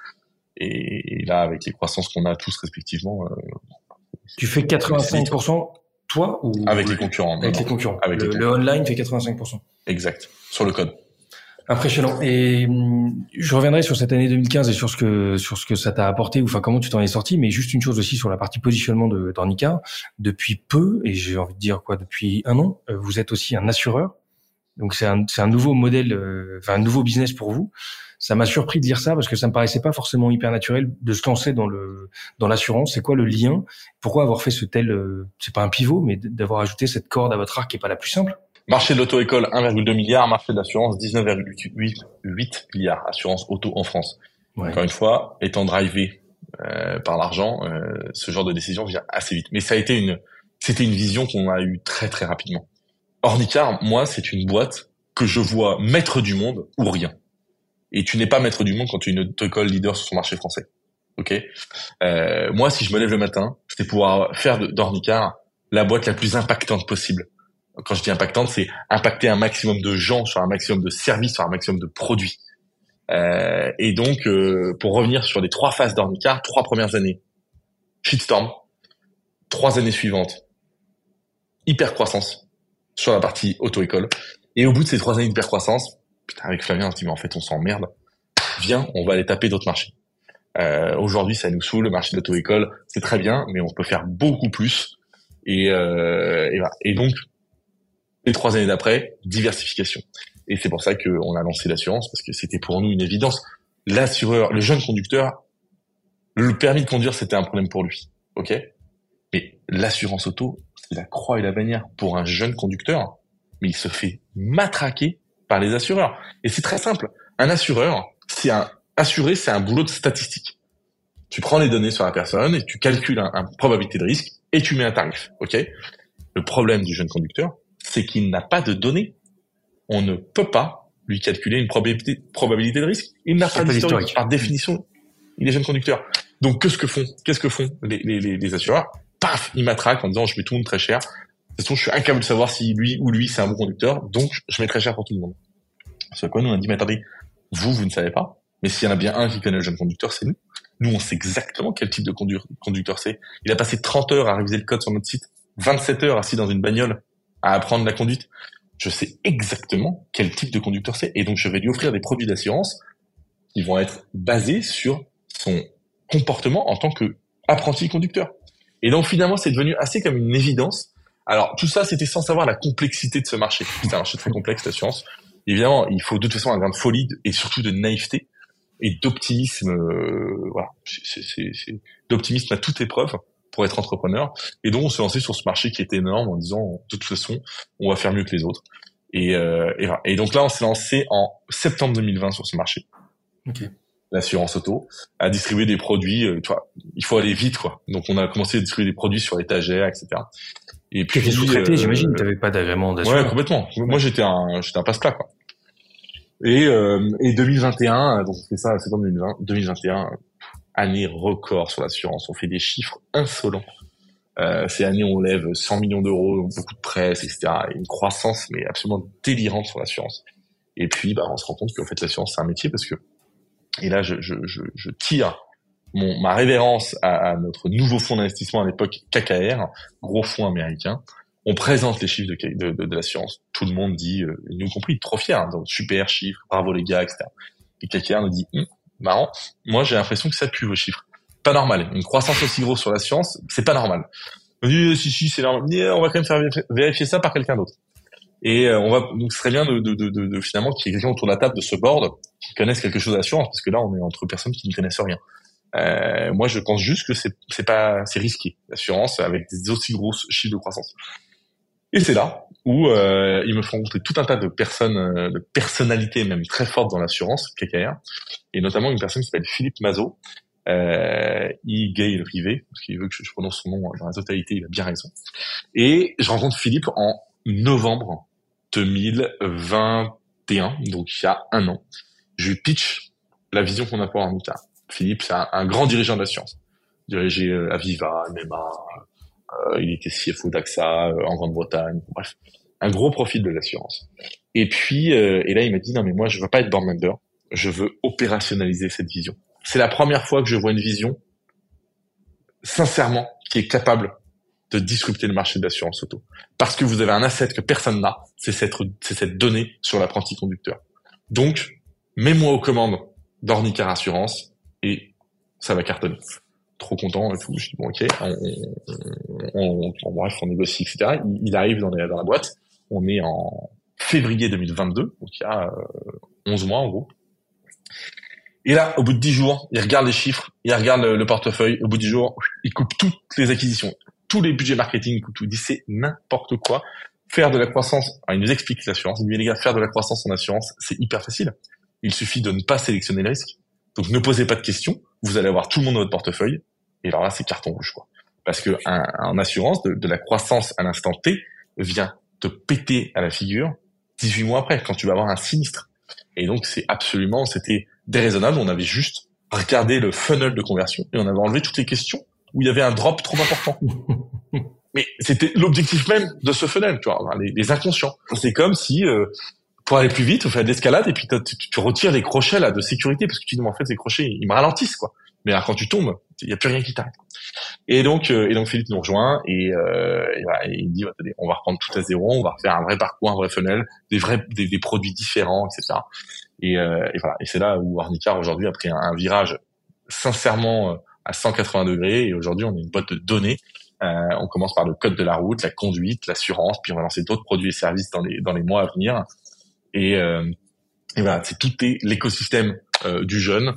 Et là, avec les croissances qu'on a tous respectivement... Tu fais 85% toi ou avec les concurrents? Avec les concurrents. Le online fait 85%. Exact. Sur le code. Impressionnant. Et je reviendrai sur cette année 2015 et sur ce que ça t'a apporté, ou enfin comment tu t'en es sorti, mais juste une chose aussi sur la partie positionnement d'Ornicar. Depuis peu, et j'ai envie de dire depuis 1 an, vous êtes aussi un assureur. Donc c'est un nouveau modèle, un nouveau business pour vous. Ça m'a surpris de dire ça parce que ça me paraissait pas forcément hyper naturel de se lancer dans l'assurance. C'est quoi le lien? Pourquoi avoir fait c'est pas un pivot, mais d'avoir ajouté cette corde à votre arc qui est pas la plus simple? Marché de l'auto-école, 1,2 milliard. Marché de l'assurance, 19,8 milliards. Assurance auto en France. Ouais. Encore une fois, étant drivé par l'argent, ce genre de décision vient assez vite. Mais c'était une vision qu'on a eue très très rapidement. Ornicar, moi, c'est une boîte que je vois maître du monde ou rien. Et tu n'es pas maître du monde quand tu es une auto-école leader sur son marché français. Ok. Moi, si je me lève le matin, c'est pouvoir faire d'Ornicar la boîte la plus impactante possible. Quand je dis impactante, c'est impacter un maximum de gens sur un maximum de services, sur un maximum de produits. Et donc, pour revenir sur les 3 phases d'Ornicar, 3 premières années, shitstorm, 3 années suivantes, hyper croissance sur la partie auto-école. Et au bout de ces 3 années d'hyper croissance, putain, avec Flavien, on se dit, mais en fait, on s'emmerde. Viens, on va aller taper d'autres marchés. Aujourd'hui, ça nous saoule, le marché de l'auto-école, c'est très bien, mais on peut faire beaucoup plus. Et voilà. Et donc, les 3 années d'après, diversification. Et c'est pour ça qu'on a lancé l'assurance, parce que c'était pour nous une évidence. L'assureur, le jeune conducteur, le permis de conduire, c'était un problème pour lui. Ok? Mais l'assurance auto, c'est la croix et la bannière pour un jeune conducteur. Mais il se fait matraquer par les assureurs. Et c'est très simple. Un assureur, assurer, c'est un boulot de statistique. Tu prends les données sur la personne et tu calcules une probabilité de risque et tu mets un tarif. Ok? Le problème du jeune conducteur, c'est qu'il n'a pas de données. On ne peut pas lui calculer une probabilité de risque. Il n'a pas d'historique. Par définition, il est jeune conducteur. Donc, qu'est-ce que font les assureurs? Paf, ils m'attraquent en disant, je mets tout le monde très cher. De toute façon, je suis incapable de savoir si lui, c'est un bon conducteur. Donc, je mets très cher pour tout le monde. C'est quoi, nous, on a dit, mais attendez, vous ne savez pas. Mais s'il y en a bien un qui connaît le jeune conducteur, c'est nous. Nous, on sait exactement quel type de conducteur c'est. Il a passé 30 heures à réviser le code sur notre site, 27 heures assis dans une bagnole à apprendre la conduite. Je sais exactement quel type de conducteur c'est. Et donc, je vais lui offrir des produits d'assurance qui vont être basés sur son comportement en tant qu'apprenti conducteur. Et donc, finalement, c'est devenu assez comme une évidence. Alors, tout ça, c'était sans savoir la complexité de ce marché. C'est un marché très complexe, l'assurance. Évidemment, il faut de toute façon un grain de folie et surtout de naïveté et d'optimisme. Voilà, c'est d'optimisme à toute épreuve pour être entrepreneur. Et donc, on s'est lancé sur ce marché qui était énorme en disant, de toute façon, on va faire mieux que les autres. Et voilà. Et donc là, on s'est lancé en septembre 2020 sur ce marché. Okay. L'assurance auto, à distribuer des produits. Tu vois, il faut aller vite, quoi. Donc, on a commencé à distribuer des produits sur étagères, etc. Et puis, t'étais sous-traité, j'imagine. T'avais pas d'agrément d'assurance. Ouais, complètement. Moi, j'étais un passe-plat, quoi. Et 2021, donc on fait ça, septembre 2020, 2021, année record sur l'assurance. On fait des chiffres insolents. Ces années, on lève 100 millions d'euros, beaucoup de presse, etc. Et une croissance, mais absolument délirante sur l'assurance. Et puis, on se rend compte qu'en fait, l'assurance, c'est un métier parce que, et là, je tire ma révérence à notre nouveau fonds d'investissement à l'époque, KKR, gros fonds américain. On présente les chiffres de l'assurance. Tout le monde dit, nous compris, trop fiers, donc super chiffres, bravo les gars, etc. Et KKR nous dit, marrant, moi j'ai l'impression que ça pue vos chiffres. Pas normal. Une croissance aussi grosse sur l'assurance, c'est pas normal. On dit, si, c'est normal. Mais on va quand même faire vérifier ça par quelqu'un d'autre. Et donc ce serait bien de finalement qu'il y ait quelqu'un autour de la table de ce board qui connaisse quelque chose d'assurance, parce que là on est entre personnes qui ne connaissent rien. Moi je pense juste que c'est risqué, l'assurance avec des aussi grosses chiffres de croissance. Et c'est là où ils me font rencontrer tout un tas de personnes, de personnalités même très fortes dans l'assurance, KKR, et notamment une personne qui s'appelle Philippe Mazot, Gail Rivet, parce qu'il veut que je prononce son nom dans la totalité, il a bien raison. Et je rencontre Philippe en novembre 2021, donc il y a un an. Je lui pitch la vision qu'on a pour Arnica. Philippe, c'est un grand dirigeant d'assurance. Dirigé Aviva, MMA, il était CFO d'AXA en Grande-Bretagne, bref, un gros profil de l'assurance. Et puis, et là il m'a dit, non mais moi je veux pas être board member, je veux opérationnaliser cette vision. C'est la première fois que je vois une vision, sincèrement, qui est capable de disrupter le marché de l'assurance auto. Parce que vous avez un asset que personne n'a, c'est cette donnée sur l'apprenti conducteur. Donc, mets-moi aux commandes d'Ornicar Assurance et ça va cartonner. Trop content et tout. Je dis bon ok, bref, on négocie, etc. Il arrive dans la boîte. On est en février 2022, donc il y a 11 mois en gros. Et là, au bout de 10 jours, il regarde les chiffres, il regarde le portefeuille. Au bout de 10 jours, il coupe toutes les acquisitions, tous les budgets marketing, il coupe tout. Il dit c'est n'importe quoi. Faire de la croissance, alors, il nous explique l'assurance. Il dit les gars, faire de la croissance en assurance, c'est hyper facile. Il suffit de ne pas sélectionner le risque. Donc ne posez pas de questions. Vous allez avoir tout le monde dans votre portefeuille. Et alors là, c'est carton rouge, quoi. Parce que en assurance, de la croissance à l'instant T vient te péter à la figure 18 mois après, quand tu vas avoir un sinistre. Et donc, c'était déraisonnable. On avait juste regardé le funnel de conversion et on avait enlevé toutes les questions où il y avait un drop trop important. Mais c'était l'objectif même de ce funnel, tu vois, les inconscients. C'est comme si, pour aller plus vite, on fait de l'escalade et puis tu retires les crochets là de sécurité parce que tu dis, mais en fait, les crochets, ils me ralentissent, quoi. Mais alors, quand tu tombes, il y a plus rien qui t'arrête. Et donc Philippe nous rejoint et voilà, et il dit, attendez, on va reprendre tout à zéro, on va refaire un vrai parcours, un vrai funnel, des produits différents, etc. Et voilà. Et c'est là où Arnicar aujourd'hui a pris un virage sincèrement à 180 degrés. Et aujourd'hui, on est une boîte de données. On commence par le code de la route, la conduite, l'assurance, puis on va lancer d'autres produits et services dans les mois à venir. Et voilà, tout est l'écosystème du jeune.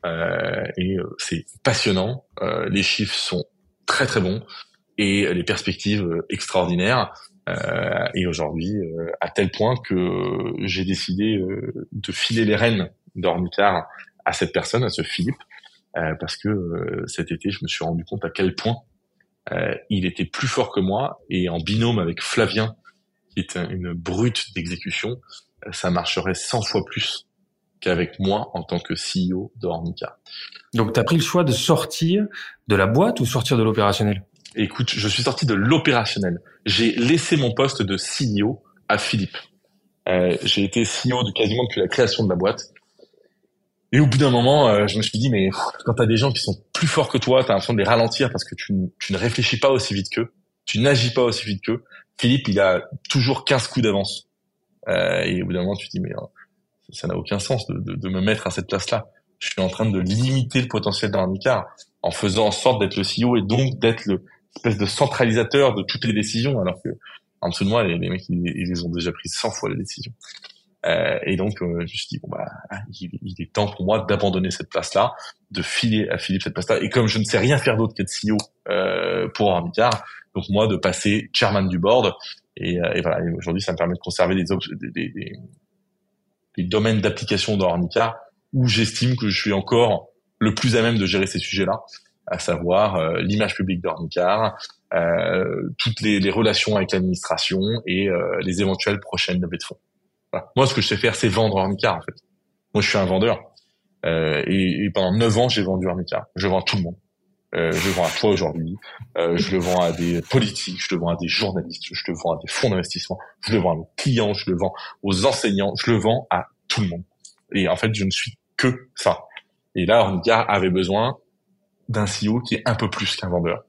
C'est passionnant. Les chiffres sont très très bons et les perspectives extraordinaires. Et aujourd'hui, à tel point que j'ai décidé de filer les rênes d'Ornicar à cette personne, à ce Philippe, parce que cet été, je me suis rendu compte à quel point il était plus fort que moi, et en binôme avec Flavien, qui est une brute d'exécution, ça marcherait 100 fois plus qu'avec moi en tant que CEO d'Ornicar. Donc, tu as pris le choix de sortir de la boîte ou sortir de l'opérationnel? Écoute, je suis sorti de l'opérationnel. J'ai laissé mon poste de CEO à Philippe. J'ai été CEO quasiment depuis la création de la boîte. Et au bout d'un moment, je me suis dit, mais quand t'as des gens qui sont plus forts que toi, t'as l'impression de les ralentir parce que tu ne réfléchis pas aussi vite qu'eux, tu n'agis pas aussi vite qu'eux. Philippe, il a toujours 15 coups d'avance. Et au bout d'un moment, tu te dis, mais ça n'a aucun sens de me mettre à cette place-là. Je suis en train de limiter le potentiel d'Arnicar en faisant en sorte d'être le CEO et donc d'être l'espèce de centralisateur de toutes les décisions, alors que en dessous de moi, les mecs, ils les ont déjà pris 100 fois les décisions. Et donc, je me suis dit, bon, il est temps pour moi d'abandonner cette place-là, de filer à Philippe cette place-là. Et comme je ne sais rien faire d'autre qu'être CEO pour Arnicar, donc moi, de passer chairman du board. Et voilà, et aujourd'hui, ça me permet de conserver des domaines d'application d'Ornicar où j'estime que je suis encore le plus à même de gérer ces sujets-là, à savoir l'image publique d'Ornicar, toutes les relations avec l'administration et les éventuelles prochaines levées de fonds. Voilà. Moi, ce que je sais faire, c'est vendre Ornicar, en fait. Moi, je suis un vendeur. Et pendant 9 ans, j'ai vendu Arnica. Je vends à tout le monde. Je le vends à toi aujourd'hui. Je le vends à des politiques. Je le vends à des journalistes. Je le vends à des fonds d'investissement. Je le vends à mes clients. Je le vends aux enseignants. Je le vends à tout le monde. Et en fait, je ne suis que ça. Et là, Arnica avait besoin d'un CEO qui est un peu plus qu'un vendeur.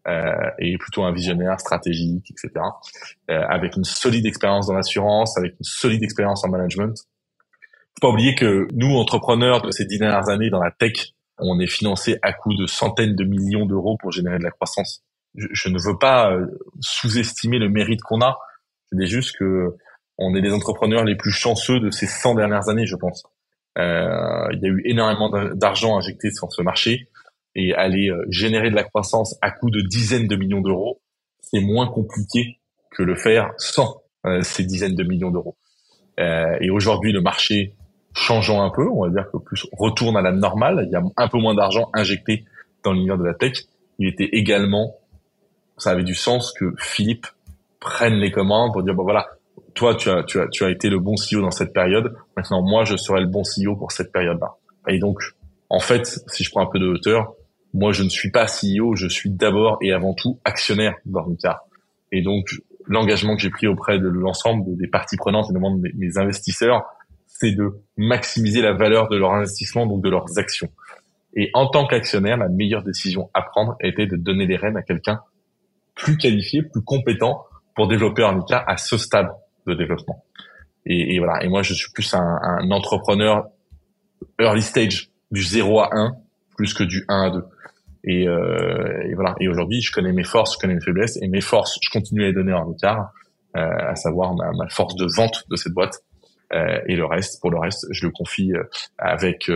Et plutôt un visionnaire stratégique, etc. Avec une solide expérience dans l'assurance, avec une solide expérience en management. Faut pas oublier que nous, entrepreneurs de ces 10 dernières années dans la tech, on est financé à coût de centaines de millions d'euros pour générer de la croissance. Je ne veux pas sous-estimer le mérite qu'on a. Je dis juste que on est les entrepreneurs les plus chanceux de ces 100 dernières années, je pense. Il y a eu énormément d'argent injecté sur ce marché. Et aller générer de la croissance à coût de dizaines de millions d'euros, c'est moins compliqué que le faire sans ces dizaines de millions d'euros. Et aujourd'hui, le marché changeant un peu, on va dire que plus retourne à la normale, il y a un peu moins d'argent injecté dans l'univers de la tech. Il était également, ça avait du sens que Philippe prenne les commandes pour dire, bon voilà, toi tu as été le bon CEO dans cette période, maintenant moi je serai le bon CEO pour cette période-là. Et donc, en fait, si je prends un peu de hauteur, moi, je ne suis pas CEO, je suis d'abord et avant tout actionnaire d'Arnica. Et donc, l'engagement que j'ai pris auprès de l'ensemble des parties prenantes et notamment de mes investisseurs, c'est de maximiser la valeur de leur investissement, donc de leurs actions. Et en tant qu'actionnaire, la meilleure décision à prendre était de donner les rênes à quelqu'un plus qualifié, plus compétent pour développer Arnica à ce stade de développement. Et voilà. Et moi, je suis plus un entrepreneur early stage, du 0 à 1, plus que du 1 à 2. Et voilà. Et aujourd'hui, je connais mes forces, je connais mes faiblesses. Et mes forces, je continue à les donner à Arnica, à savoir ma force de vente de cette boîte. Et pour le reste, je le confie avec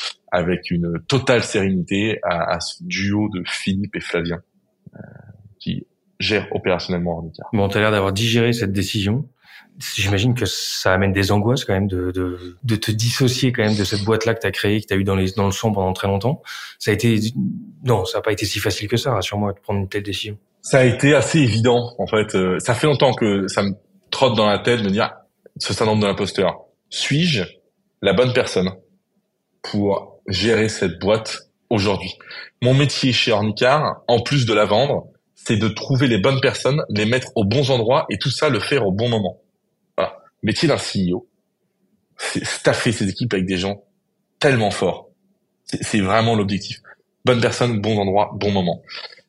une totale sérénité à ce duo de Philippe et Flavien qui gère opérationnellement Arnica. Bon, t'as l'air d'avoir digéré cette décision. J'imagine que ça amène des angoisses quand même de te dissocier quand même de cette boîte-là que t'as créée, que t'as eu dans le sang pendant très longtemps. Ça a pas été si facile que ça, rassure-moi, de prendre une telle décision. Ça a été assez évident, en fait. Ça fait longtemps que ça me trotte dans la tête de me dire, ce syndrome de l'imposteur. Suis-je la bonne personne pour gérer cette boîte aujourd'hui? Mon métier chez Arnica, en plus de la vendre, c'est de trouver les bonnes personnes, les mettre aux bons endroits et tout ça, le faire au bon moment. Voilà. Métier d'un CEO, c'est staffer ses équipes avec des gens tellement forts. C'est vraiment l'objectif. Bonne personne, bons endroits, bon moment.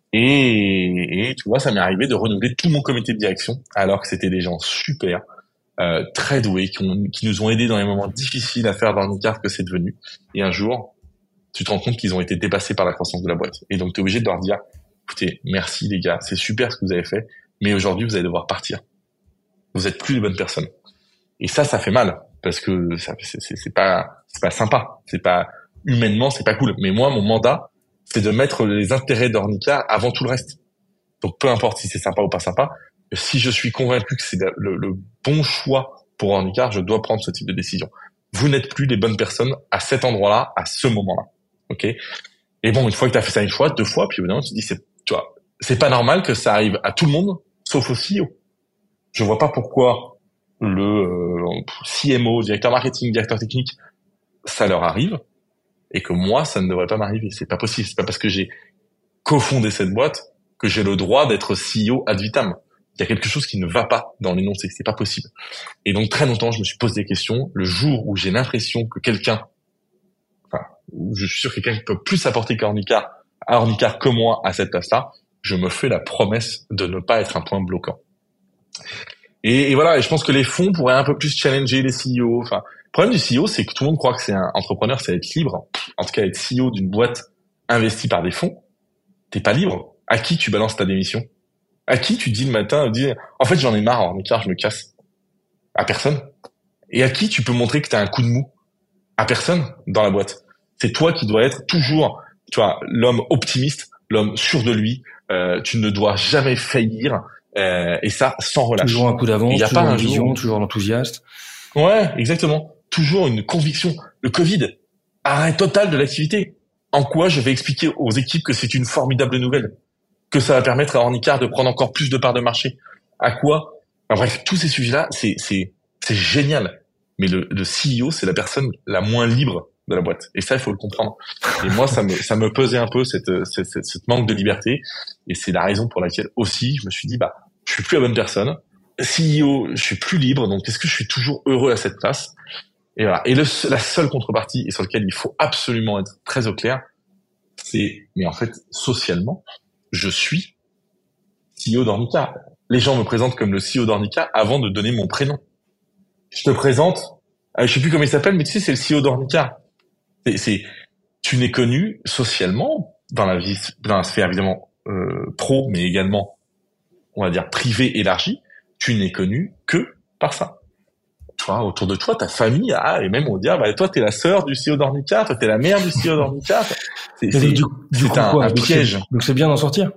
Et tu vois, ça m'est arrivé de renouveler tout mon comité de direction, alors que c'était des gens super, très doués, qui nous ont aidés dans les moments difficiles à faire d'Arnica que c'est devenu. Et un jour, tu te rends compte qu'ils ont été dépassés par la croissance de la boîte. Et donc, tu es obligé de leur dire, écoutez, merci les gars, c'est super ce que vous avez fait, mais aujourd'hui, vous allez devoir partir. Vous êtes plus les bonnes personnes. Et ça fait mal, parce que c'est pas sympa. C'est pas, humainement, c'est pas cool. Mais moi, mon mandat, c'est de mettre les intérêts d'Arnica avant tout le reste. Donc, peu importe si c'est sympa ou pas sympa, si je suis convaincu que c'est le bon choix pour Arnica, je dois prendre ce type de décision. Vous n'êtes plus les bonnes personnes à cet endroit-là, à ce moment-là. Ok? Et bon, une fois que tu as fait ça une fois, 2 fois, puis évidemment, tu te dis, c'est pas normal que ça arrive à tout le monde, sauf au CEO. Je vois pas pourquoi le CMO, directeur marketing, directeur technique, ça leur arrive, et que moi, ça ne devrait pas m'arriver. C'est pas possible. C'est pas parce que j'ai cofondé cette boîte que j'ai le droit d'être CEO ad vitam. Il y a quelque chose qui ne va pas dans l'énoncé. C'est pas possible. Et donc, très longtemps, je me suis posé des questions. Le jour où j'ai l'impression que où je suis sûr que quelqu'un peut plus apporter à Arnica que moi à cette place-là, je me fais la promesse de ne pas être un point bloquant. Et voilà, et je pense que les fonds pourraient un peu plus challenger les CEO. Enfin, le problème du CEO, c'est que tout le monde croit que c'est un entrepreneur, c'est être libre. En tout cas, être CEO d'une boîte investie par des fonds, t'es pas libre. À qui tu balances ta démission? À qui tu dis le matin, en fait, j'en ai marre, Arnica, je me casse? À personne. Et à qui tu peux montrer que t'as un coup de mou? À personne dans la boîte. C'est toi qui dois être toujours, tu vois, l'homme optimiste, l'homme sûr de lui. Tu ne dois jamais faillir, et ça sans relâche. Toujours un coup d'avance, toujours pas une vision, toujours enthousiaste. Ouais, exactement. Toujours une conviction. Le Covid, arrêt total de l'activité. En quoi je vais expliquer aux équipes que c'est une formidable nouvelle, que ça va permettre à Arnica de prendre encore plus de parts de marché? À quoi? Enfin, bref, tous ces sujets-là, c'est génial. Mais le CEO, c'est la personne la moins libre de la boîte. Et ça, il faut le comprendre. Et moi, ça me pesait un peu cette manque de liberté. Et c'est la raison pour laquelle aussi, je me suis dit, je suis plus la bonne personne. CEO, je suis plus libre. Donc, est-ce que je suis toujours heureux à cette place? Et voilà. Et la seule contrepartie, et sur laquelle il faut absolument être très au clair, mais en fait, socialement, je suis CEO d'Ornica. Les gens me présentent comme le CEO d'Ornica avant de donner mon prénom. Je te présente, je sais plus comment il s'appelle, mais tu sais, c'est le CEO d'Ornica. Tu n'es connu socialement dans la vie, dans la sphère évidemment pro, mais également, on va dire privée élargie. Tu n'es connu que par ça. Tu vois, autour de toi, ta famille, et même on dit, toi, t'es la sœur du CEO d'Ornica, toi, t'es la mère du CEO d'Ornica. C'est un piège. Donc c'est bien d'en sortir.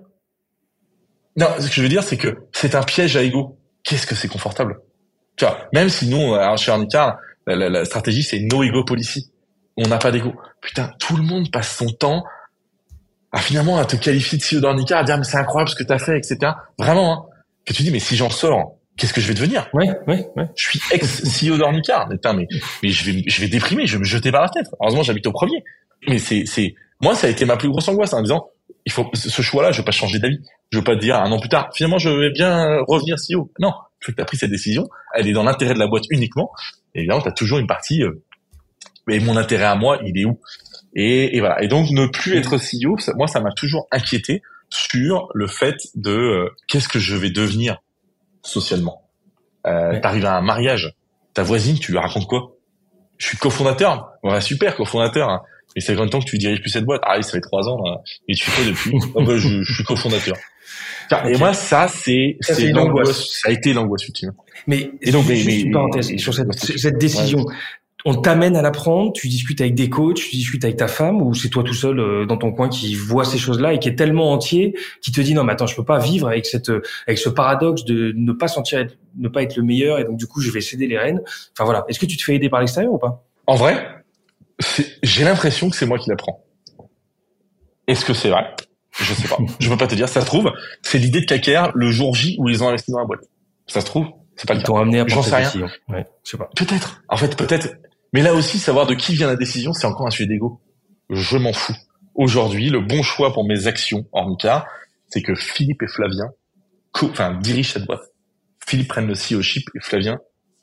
Non, ce que je veux dire, c'est que c'est un piège à ego. Qu'est-ce que c'est confortable? Tu vois, même si nous, chez Ornica, la stratégie, c'est no ego policy. On n'a pas d'ego. Putain, tout le monde passe son temps finalement à te qualifier de CEO d'Ornica, à dire mais c'est incroyable ce que t'as fait, etc. Vraiment, hein. Que tu dis mais si j'en sors, qu'est-ce que je vais devenir? Ouais. Je suis ex-CEO d'Ornica. Mais je vais déprimer, je vais me jeter par la fenêtre. Heureusement, j'habite au premier. Mais moi, ça a été ma plus grosse angoisse, en disant, ce choix-là, je vais pas changer d'avis. Je veux pas te dire un an plus tard, finalement, je vais bien revenir CEO. Non. Une fois que t'as pris cette décision, elle est dans l'intérêt de la boîte uniquement. Et évidemment, t'as toujours une partie, mais mon intérêt à moi, il est où? Et voilà. Et donc, ne plus être CEO, moi, ça m'a toujours inquiété sur le fait de, qu'est-ce que je vais devenir socialement? T'arrives à un mariage, ta voisine, tu lui racontes quoi? Je suis cofondateur. Ouais, super, cofondateur. Hein. Et c'est combien de temps que tu diriges plus cette boîte? Ah oui, ça fait 3 ans. Là. Et tu fais depuis? Je suis cofondateur. Et moi, c'est l'angoisse. Ça a été l'angoisse ultime. Mais juste une parenthèse sur cette décision. Ouais. On t'amène à la prendre, tu discutes avec des coachs, tu discutes avec ta femme, ou c'est toi tout seul dans ton coin qui voit ces choses-là et qui est tellement entier, qui te dit non mais attends, je peux pas vivre avec ce paradoxe de ne pas être le meilleur, et donc du coup je vais céder les rênes. Enfin voilà. Est-ce que tu te fais aider par l'extérieur ou pas? En vrai, j'ai l'impression que c'est moi qui l'apprends. Est-ce que c'est vrai? Je sais pas. Je peux pas te dire. Ça se trouve, c'est l'idée de Kaker le jour J où ils ont investi dans la boîte. Ça se trouve, c'est pas le cas. Ils t'ont amené à prendre cette décision. Ouais, je sais pas. Peut-être. En fait, peut-être. Mais là aussi, savoir de qui vient la décision, c'est encore un sujet d'ego. Je m'en fous. Aujourd'hui, le bon choix pour mes actions, Ornica, c'est que Philippe et Flavien, dirigent cette boîte. Philippe prenne le CEO-ship et Flavien,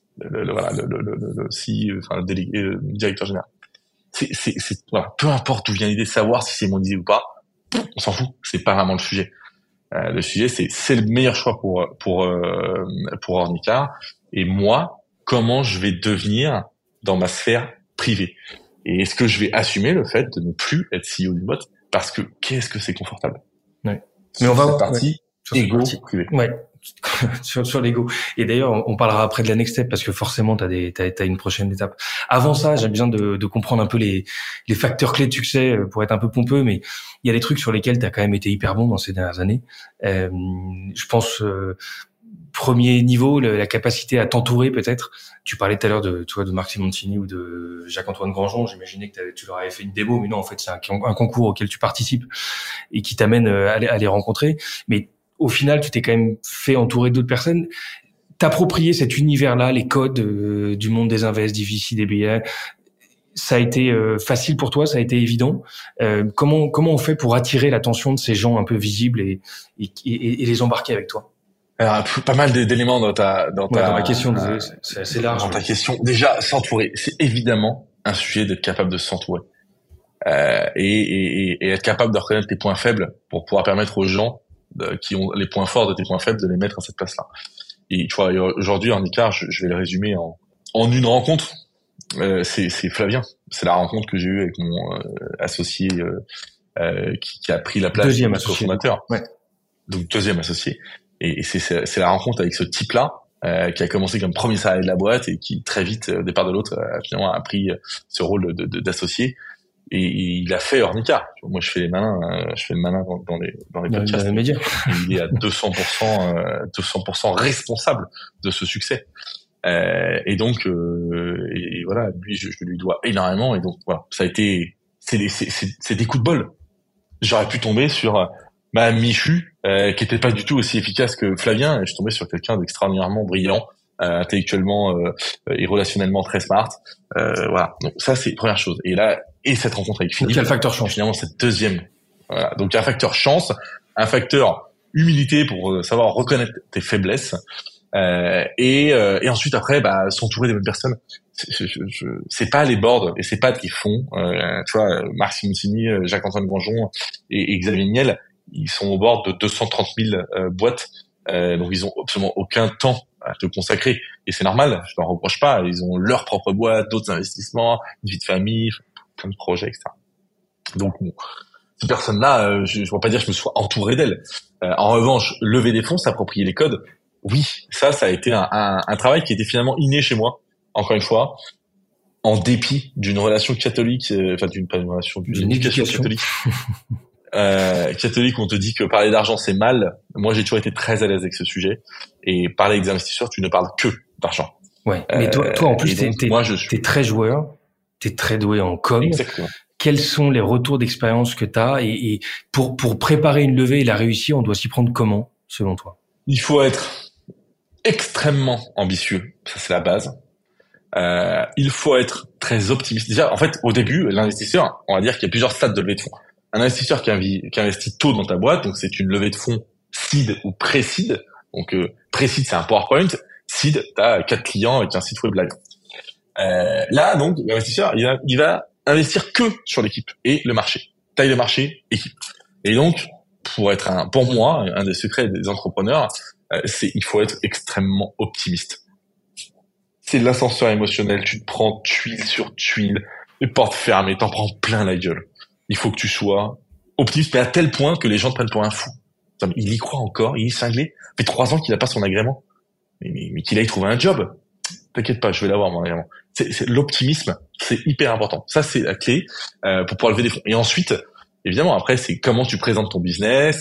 le délégué, directeur général. Voilà. Peu importe d'où vient l'idée, savoir si c'est mon idée ou pas, on s'en fout. C'est pas vraiment le sujet. Le sujet, c'est le meilleur choix pour Ornica. Et moi, comment je vais devenir dans ma sphère privée? Et est-ce que je vais assumer le fait de ne plus être CEO d'une boîte? Parce que qu'est-ce que c'est confortable? Ouais. Mais on va cette partie égo privé. Ouais. sur l'ego. Et d'ailleurs, on parlera après de la next step parce que forcément, t'as une prochaine étape. Avant ça, j'aime bien de comprendre un peu les facteurs clés de succès pour être un peu pompeux, mais il y a des trucs sur lesquels t'as quand même été hyper bon dans ces dernières années. Je pense, premier niveau, la capacité à t'entourer peut-être. Tu parlais tout à l'heure de Marc Simoncini ou de Jacques-Antoine Grandjean. J'imaginais que tu leur avais fait une démo, mais non, en fait, c'est un concours auquel tu participes et qui t'amène à les rencontrer. Mais au final, tu t'es quand même fait entourer d'autres personnes. T'approprier cet univers-là, les codes du monde des invests, d'IVC, DBA, ça a été facile pour toi, ça a été évident. Comment on fait pour attirer l'attention de ces gens un peu visibles et les embarquer avec toi? Alors, pas mal d'éléments dans ma question, c'est assez large. Dans ta question, déjà, s'entourer, c'est évidemment un sujet d'être capable de s'entourer et être capable de reconnaître tes points faibles pour pouvoir permettre aux gens qui ont les points forts de tes points faibles de les mettre à cette place-là. Et tu vois, aujourd'hui, Ornica, je vais le résumer en une rencontre. C'est Flavien. C'est la rencontre que j'ai eue avec mon associé qui a pris la place du cofondateur. Ouais. Donc deuxième associé. Et c'est la rencontre avec ce type-là qui a commencé comme premier salarié de la boîte et qui très vite, au départ de l'autre, finalement a pris ce rôle d'associé. Et il a fait Ornica. Moi, je fais le malin dans les podcasts. Dans les médias. Il est à 200% responsable de ce succès. Et donc, et voilà, lui, je lui dois énormément. Et donc, voilà, ça a été, c'est des coups de bol. J'aurais pu tomber sur Michu, qui était pas du tout aussi efficace que Flavien. Et je suis tombé sur quelqu'un d'extraordinairement brillant, intellectuellement et relationnellement très smart. Voilà. Donc ça c'est première chose. Et cette rencontre avec Philippe. Donc il y a le facteur chance. Finalement cette deuxième. Voilà. Donc il y a un facteur chance, un facteur humilité pour savoir reconnaître tes faiblesses. Et ensuite après s'entourer des bonnes personnes. C'est pas les boards et c'est pas qui font tu vois, Marc Simoncini, Jacques-Antoine Granjon et Xavier Niel, ils sont au board de 230 000 boîtes, donc ils ont absolument aucun temps à te consacrer et c'est normal, je leur reproche pas, ils ont leur propre boîte, d'autres investissements, une vie de famille, plein de projets, etc. Donc bon, ces personnes-là, je ne vais pas dire que je me sois entouré d'elles. En revanche, lever des fonds, s'approprier les codes, oui, ça a été un travail qui était finalement inné chez moi, encore une fois, en dépit d'une relation catholique, d'une éducation catholique. Catholique, on te dit que parler d'argent c'est mal. Moi, j'ai toujours été très à l'aise avec ce sujet. Et parler avec des investisseurs, tu ne parles que d'argent. Ouais. Mais toi en plus, t'es très joueur, t'es très doué en com. Exactement. Quels sont les retours d'expérience que t'as et pour préparer une levée et la réussir, on doit s'y prendre comment, selon toi? Il faut être extrêmement ambitieux, ça c'est la base. Il faut être très optimiste. Déjà, en fait, au début, l'investisseur, on va dire qu'il y a plusieurs stades de levée de fonds. Un investisseur qui investit tôt dans ta boîte, donc c'est une levée de fonds seed ou pré-seed. Donc pré-seed, c'est un PowerPoint. Seed, t'as 4 clients avec un site web live. Là, donc, l'investisseur, il va investir que sur l'équipe et le marché. Taille de marché, équipe. Et donc, pour moi, un des secrets des entrepreneurs, il faut être extrêmement optimiste. C'est l'ascenseur émotionnel, tu te prends tuile sur tuile, les portes fermées, t'en prends plein la gueule. Il faut que tu sois optimiste, mais à tel point que les gens te prennent pour un fou. Il y croit encore, il est cinglé. Ça fait 3 ans qu'il a pas son agrément. Mais qu'il aille trouver un job. T'inquiète pas, je vais l'avoir mon agrément. C'est l'optimisme, c'est hyper important. Ça, c'est la clé pour pouvoir lever des fonds. Et ensuite, évidemment, après, c'est comment tu présentes ton business.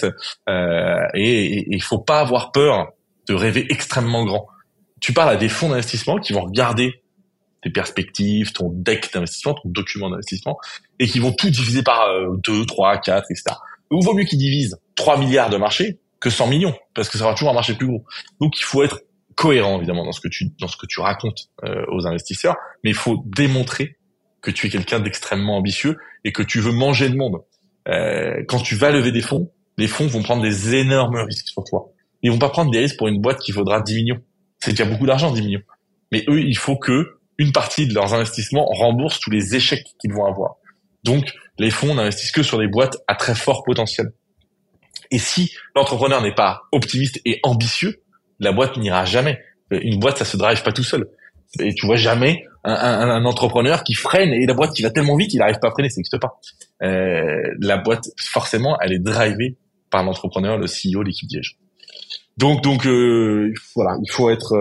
Et il faut pas avoir peur de rêver extrêmement grand. Tu parles à des fonds d'investissement qui vont regarder tes perspectives, ton deck d'investissement, ton document d'investissement, et qui vont tout diviser par 2, 3, 4, etc. Il vaut mieux qu'ils divisent 3 milliards de marché que 100 millions, parce que ça va toujours un marché plus gros. Donc, il faut être cohérent, évidemment, dans ce que tu racontes aux investisseurs, mais il faut démontrer que tu es quelqu'un d'extrêmement ambitieux et que tu veux manger le monde. Quand tu vas lever des fonds, les fonds vont prendre des énormes risques sur toi. Ils vont pas prendre des risques pour une boîte qui vaudra 10 millions. C'est déjà beaucoup d'argent, 10 millions. Mais eux, il faut que une partie de leurs investissements rembourse tous les échecs qu'ils vont avoir. Donc, les fonds n'investissent que sur des boîtes à très fort potentiel. Et si l'entrepreneur n'est pas optimiste et ambitieux, la boîte n'ira jamais. Une boîte, ça se drive pas tout seul. Et tu vois jamais un entrepreneur qui freine et la boîte qui va tellement vite, il n'arrive pas à freiner, ça n'existe pas. La boîte, forcément, elle est drivée par l'entrepreneur, le CEO, l'équipe dirigeante. Donc voilà, il faut être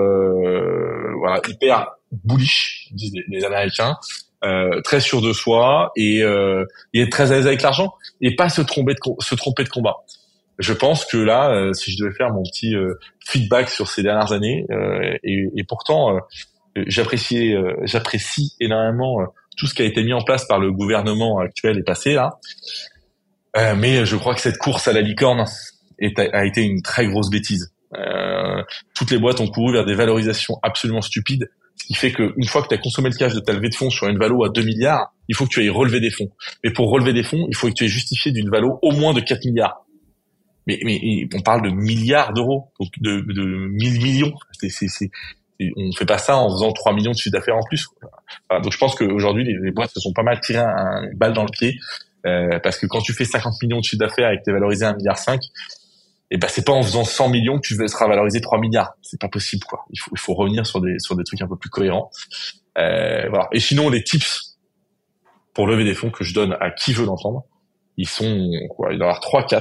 hyper bullish, disent les Américains, très sûr de soi et être très à l'aise avec l'argent et pas se tromper de combat. Je pense que là, si je devais faire mon petit feedback sur ces dernières années, et pourtant j'apprécie énormément tout ce qui a été mis en place par le gouvernement actuel et passé là, mais je crois que cette course à la licorne a été une très grosse bêtise. Toutes les boîtes ont couru vers des valorisations absolument stupides, ce qui fait que une fois que tu as consommé le cash de ta levée de fonds sur une valo à 2 milliards, il faut que tu ailles relever des fonds. Mais pour relever des fonds, il faut que tu aies justifié d'une valo au moins de 4 milliards. Mais on parle de milliards d'euros, donc de 1000 millions. On fait pas ça en faisant 3 millions de chiffre d'affaires en plus. Voilà, donc je pense qu'aujourd'hui, les boîtes se sont pas mal tirées une balle dans le pied, parce que quand tu fais 50 millions de chiffre d'affaires et que tu es valorisé 1,5 milliard, et ben c'est pas en faisant 100 millions que tu seras valorisé 3 milliards. C'est pas possible, quoi. Il faut revenir sur des trucs un peu plus cohérents. Voilà. Et sinon, les tips pour lever des fonds que je donne à qui veut l'entendre, il doit y en avoir 3-4.